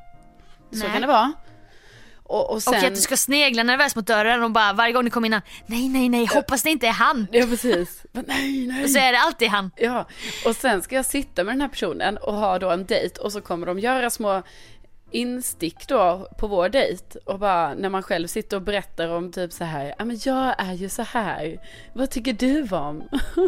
Speaker 1: Så
Speaker 2: Nej.
Speaker 1: kan det vara. Och, och sen...
Speaker 2: Och att du ska snegla nervös mot dörren och bara varje gång du kommer innan, nej nej nej, hoppas det inte är han.
Speaker 1: Ja, precis. Men nej, nej.
Speaker 2: Och så är det alltid han.
Speaker 1: Ja, och sen ska jag sitta med den här personen och ha då en dejt och så kommer de göra små instick då på vår dejt och bara när man själv sitter och berättar om typ så här, ja men jag är ju så här, vad tycker du om?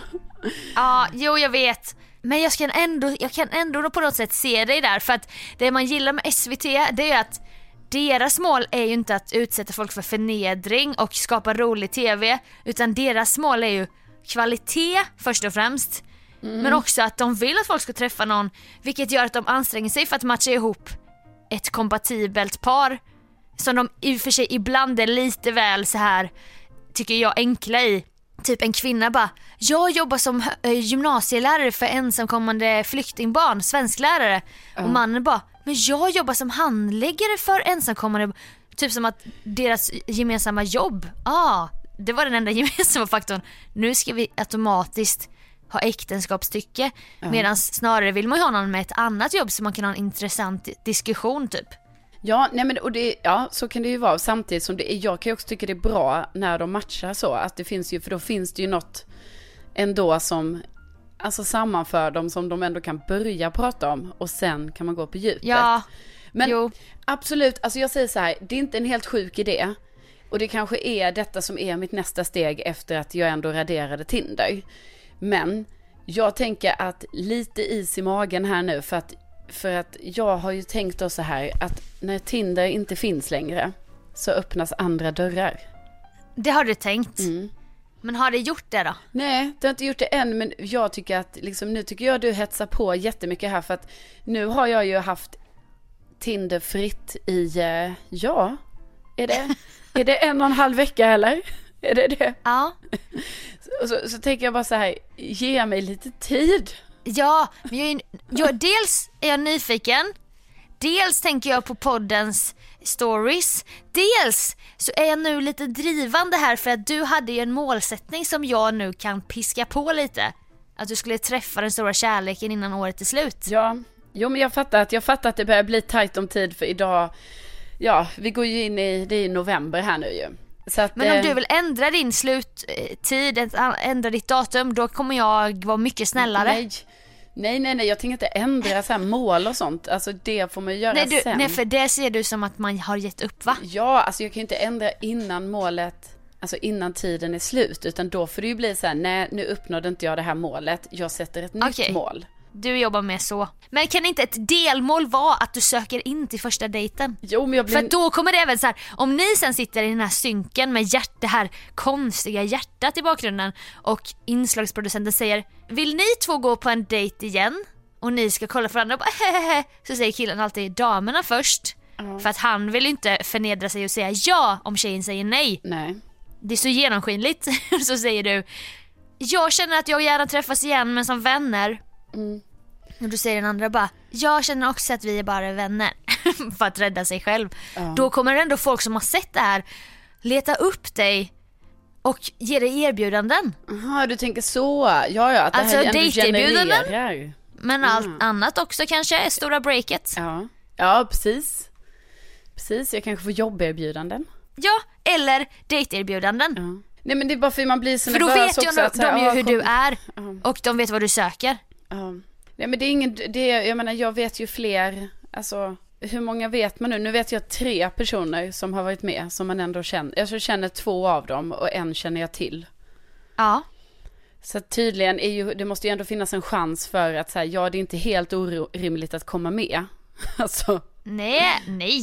Speaker 2: Ja, jo jag vet. Men jag kan ändå, jag kan ändå på något sätt se dig där, för att det man gillar med S V T, det är att deras mål är ju inte att utsätta folk för förnedring och skapa rolig tv, utan deras mål är ju kvalitet först och främst. Mm. Men också att de vill att folk ska träffa någon, vilket gör att de anstränger sig för att matcha ihop ett kompatibelt par som de i och för sig ibland är lite väl så här, tycker jag, enkla i. Typ en kvinna bara, jag jobbar som gymnasielärare för ensamkommande flyktingbarn, svensklärare. Mm. Och mannen bara, men jag jobbar som handläggare för ensamkommande. Typ som att deras gemensamma jobb, ah, det var den enda gemensamma faktorn. Nu ska vi automatiskt ha äktenskapstycke. Mm. Medan snarare vill man ju ha någon med ett annat jobb så man kan ha en intressant diskussion typ.
Speaker 1: Ja, nej men och det, ja, så kan det ju vara. Samtidigt som det är, jag kan ju också tycka det är bra när de matchar så. Att det finns ju, för då finns det ju något ändå som, alltså sammanför dem, som de ändå kan börja prata om. Och sen kan man gå på djupet.
Speaker 2: Ja,
Speaker 1: men
Speaker 2: jo.
Speaker 1: Absolut, alltså jag säger så här, det är inte en helt sjuk idé. Och det kanske är detta som är mitt nästa steg efter att jag ändå raderade Tinder. Men jag tänker att lite is i magen här nu, för att För att jag har ju tänkt då så här, att när Tinder inte finns längre så öppnas andra dörrar.
Speaker 2: Det har du tänkt.
Speaker 1: Mm.
Speaker 2: Men har det gjort det då?
Speaker 1: Nej, det har inte gjort det än, men jag tycker att liksom, nu tycker jag du hetsar på jättemycket här, för att nu har jag ju haft Tinder fritt i, eh, ja, är det, är det en och en halv vecka eller? Är det det?
Speaker 2: Ja.
Speaker 1: Så, så, så tänker jag bara så här, ge mig lite tid.
Speaker 2: Ja, men jag är, jag, dels är jag nyfiken. Dels tänker jag på poddens stories. Dels så är jag nu lite drivande här, för att du hade ju en målsättning som jag nu kan piska på lite. Att du skulle träffa den stora kärleken innan året är slut.
Speaker 1: Ja, jo, men jag fattar att, jag fattar att det börjar bli tajt om tid, för idag, ja, vi går ju in i, det är november här nu ju. Så att,
Speaker 2: men om
Speaker 1: eh,
Speaker 2: du vill ändra din sluttid, ändra ditt datum, då kommer jag vara mycket snällare.
Speaker 1: Nej. Nej, nej, nej, jag tänker inte ändra så här mål och sånt. Alltså det får man ju göra
Speaker 2: nej, du,
Speaker 1: sen.
Speaker 2: Nej, för det ser du som att man har gett upp, va?
Speaker 1: Ja, alltså jag kan ju inte ändra innan målet, alltså innan tiden är slut. Utan då får det ju bli så här, nej, nu uppnådde inte jag det här målet. Jag sätter ett nytt
Speaker 2: okay.
Speaker 1: mål.
Speaker 2: Du jobbar med så. Men kan inte ett delmål vara att du söker in till första dejten?
Speaker 1: Jo, men jag blir...
Speaker 2: För då kommer det även så här, om ni sen sitter i den här synken med hjärt, det här konstiga hjärtat i bakgrunden, och inslagsproducenten säger, vill ni två gå på en dejt igen? Och ni ska kolla för varandra och bara, hehehe. Så säger killen alltid damerna först. Mm. För att han vill inte förnedra sig och säga ja om tjejen säger nej.
Speaker 1: Nej.
Speaker 2: Det är så genomskinligt. Så säger du, jag känner att jag gärna träffas igen, men som vänner. Mm. Och då säger den andra bara, jag känner också att vi är bara vänner. För att rädda sig själv. Mm. Då kommer ändå folk som har sett det här leta upp dig och ge dig erbjudanden.
Speaker 1: Jaha, du tänker så. Ja, ja, att det
Speaker 2: alltså
Speaker 1: här ändå
Speaker 2: dejterbjudanden,
Speaker 1: genererar.
Speaker 2: men
Speaker 1: mm.
Speaker 2: allt annat också kanske är stora breaket.
Speaker 1: Ja, ja, precis. Precis, jag kanske får jobberbjudanden.
Speaker 2: Ja, eller dejterbjudanden.
Speaker 1: Ja. Nej, men det är bara för man blir så
Speaker 2: för då vet ju
Speaker 1: också
Speaker 2: de, de ju hur
Speaker 1: kom...
Speaker 2: du är.
Speaker 1: Ja.
Speaker 2: Och de vet vad du söker.
Speaker 1: Ja. Nej, men det är ingen, det är, jag menar, jag vet ju fler, alltså hur många vet man nu? Nu vet jag tre personer som har varit med, som man ändå känner. Jag känner två av dem och en känner jag till.
Speaker 2: Ja.
Speaker 1: Så tydligen är ju, det måste ju ändå finnas en chans för att så här, ja, det är inte helt orimligt att komma med. Alltså.
Speaker 2: Nej, nej.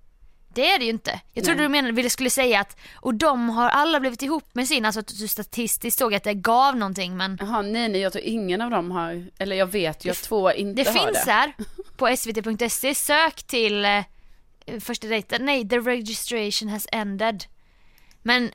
Speaker 2: Det är det ju inte. Jag trodde du menade, ville skulle säga att, och de har alla blivit ihop med sin, alltså att du statistiskt såg att det gav någonting, men...
Speaker 1: Jaha, nej, nej, jag tror ingen av dem har, eller jag vet ju att två inte
Speaker 2: det
Speaker 1: har det.
Speaker 2: Det finns här på s v t punkt se, sök till eh, första dejten. Nej, the registration has ended. Men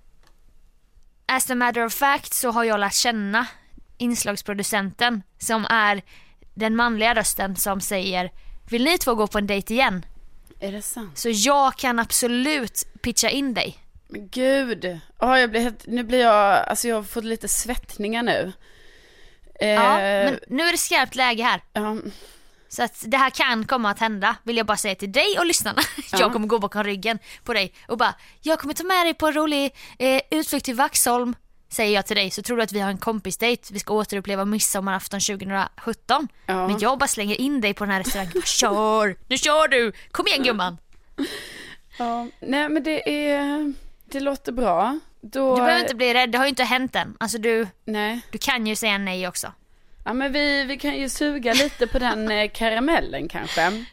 Speaker 2: as a matter of fact så har jag lärt känna inslagsproducenten, som är den manliga rösten som säger, vill ni två gå på en dejt igen?
Speaker 1: Är det sant?
Speaker 2: Så jag kan absolut pitcha in dig.
Speaker 1: Men gud. Oh, jag blir helt, nu blir jag, alltså jag har fått lite svettningar nu.
Speaker 2: Eh, ja, men nu är det skarpt läge här.
Speaker 1: Um,
Speaker 2: så att det här kan komma att hända, vill jag bara säga till dig och lyssnarna.
Speaker 1: Ja.
Speaker 2: Jag kommer gå bakom ryggen på dig och bara, jag kommer ta med dig på en rolig eh, utflykt till Vaxholm. Säger jag till dig, så tror du att vi har en kompisdejt. Vi ska återuppleva midsommarafton tjugohundrasjutton. Ja. Men jag bara slänger in dig på den här restaurangen. Kör, nu kör du. Kom igen gumman.
Speaker 1: Ja, nej men det är, det låter bra. Då...
Speaker 2: Du behöver inte bli rädd, det har ju inte hänt än. Alltså du,
Speaker 1: nej.
Speaker 2: Du kan ju säga nej också.
Speaker 1: Ja, men vi, vi kan ju suga lite på den karamellen kanske.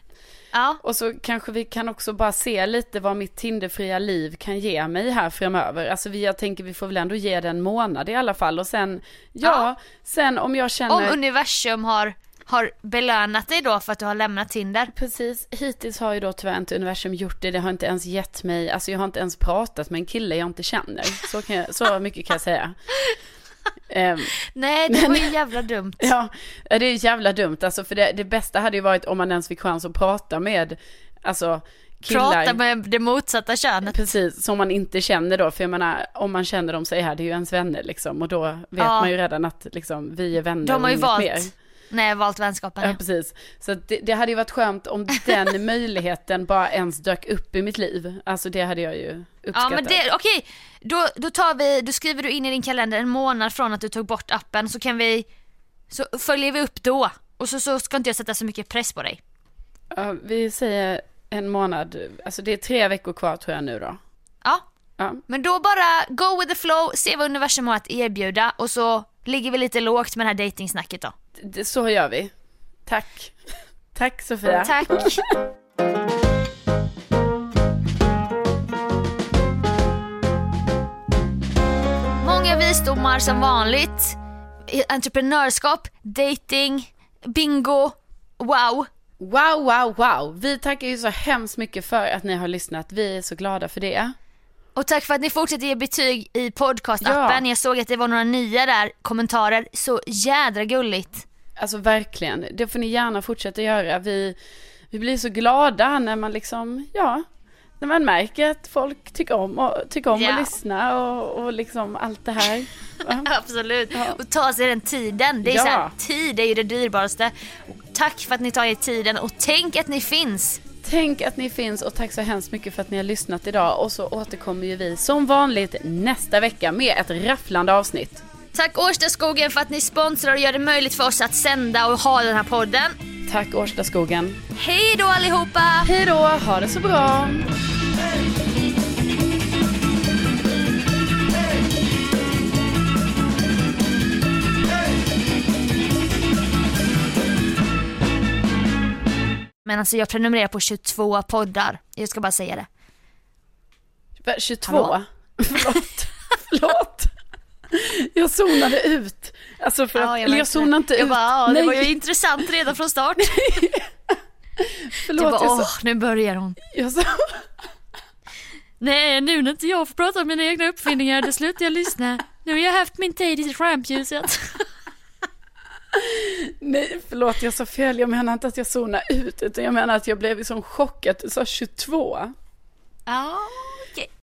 Speaker 2: Ja.
Speaker 1: Och så kanske vi kan också bara se lite vad mitt Tinderfria liv kan ge mig här framöver. Alltså vi, jag tänker vi får väl ändå ge det en månad i alla fall. Och sen, ja,
Speaker 2: Ja.
Speaker 1: sen om jag känner...
Speaker 2: Om universum har, har belönat dig då för att du har lämnat Tinder.
Speaker 1: Precis, hittills har ju då tyvärr inte universum gjort det. Det har inte ens gett mig, alltså jag har inte ens pratat med en kille jag inte känner. Så, kan jag, så mycket kan jag säga. Um,
Speaker 2: Nej, det var ju jävla dumt.
Speaker 1: Ja, det är jävla dumt. Alltså, för det, det bästa hade ju varit om man ens fick chans att prata med, alltså, killar.
Speaker 2: Prata med det motsatta könet.
Speaker 1: Precis, som man inte känner då. För jag menar, om man känner dem sig här, det är ju ens vänner liksom. Och då vet
Speaker 2: Ja.
Speaker 1: man ju redan att liksom, vi är vänner.
Speaker 2: De har ju
Speaker 1: och inget
Speaker 2: valt,
Speaker 1: mer.
Speaker 2: nej, valt vänskapen.
Speaker 1: Ja,
Speaker 2: Ja.
Speaker 1: precis. Så att det, det hade ju varit skönt om den möjligheten bara ens dök upp i mitt liv. Alltså det hade jag ju uppskattat.
Speaker 2: Ja, men det, okej, då, då tar vi, då skriver du in i din kalender en månad från att du tog bort appen, så kan vi, så följer vi upp då. Och så, så ska inte jag sätta så mycket press på dig.
Speaker 1: Ja, vi säger en månad, alltså det är tre veckor kvar tror jag nu då.
Speaker 2: Ja,
Speaker 1: Ja,
Speaker 2: men då bara go with the flow, se vad universum har att erbjuda, och så ligger vi lite lågt med det här dejtingsnacket då.
Speaker 1: det, så gör vi. Tack. Tack Sofia.
Speaker 2: Tack. Många visdomar som vanligt. Entreprenörskap, dating, bingo, wow.
Speaker 1: Wow, wow, wow. Vi tackar ju så hemskt mycket för att ni har lyssnat. Vi är så glada för det.
Speaker 2: Och tack för att ni fortsätter ge betyg i podcastappen.
Speaker 1: Ja.
Speaker 2: Jag såg att det var några nya där kommentarer. Så jädra gulligt.
Speaker 1: Alltså verkligen, det får ni gärna fortsätta göra. Vi, vi blir så glada när man liksom, ja, när man märker att folk tycker om, och, tycker om
Speaker 2: Ja.
Speaker 1: att lyssna och, och liksom allt det här. Va?
Speaker 2: Absolut.
Speaker 1: Ja.
Speaker 2: Och ta sig den tiden. Det är
Speaker 1: Ja.
Speaker 2: så här, tid är ju det dyrbaraste. Tack för att ni tar er tiden och tänk att ni finns.
Speaker 1: Tänk att ni finns och tack så hemskt mycket för att ni har lyssnat idag. Och så återkommer ju vi som vanligt nästa vecka med ett rafflande avsnitt.
Speaker 2: Tack Årstaskogen för att ni sponsrar och gör det möjligt för oss att sända och ha den här podden.
Speaker 1: Tack Årstaskogen.
Speaker 2: Hej då allihopa!
Speaker 1: Hej då, ha det så bra.
Speaker 2: Men alltså jag prenumererar på tjugotvå poddar. Jag ska bara säga det.
Speaker 1: tjugotvå?
Speaker 2: Hallå?
Speaker 1: Förlåt. Förlåt. Jag zonade ut. Alltså för att,
Speaker 2: Ja, jag
Speaker 1: eller jag
Speaker 2: märkte
Speaker 1: zonade inte
Speaker 2: det. Jag
Speaker 1: ut.
Speaker 2: bara, ja, det
Speaker 1: Nej.
Speaker 2: var ju intressant redan från start.
Speaker 1: Förlåt,
Speaker 2: Du bara,
Speaker 1: jag,
Speaker 2: åh,
Speaker 1: så,
Speaker 2: nu börjar hon.
Speaker 1: jag, så,
Speaker 2: Nej, nu när inte jag får prata om mina egna uppfinningar, då slutar jag lyssna. Nu har jag haft min tid i rampljuset.
Speaker 1: nej, förlåt, jag sa fel. Jag menar inte att jag zonade ut, utan jag menar att jag blev liksom chockad. Du sa tjugotvå.
Speaker 2: Ja, okej.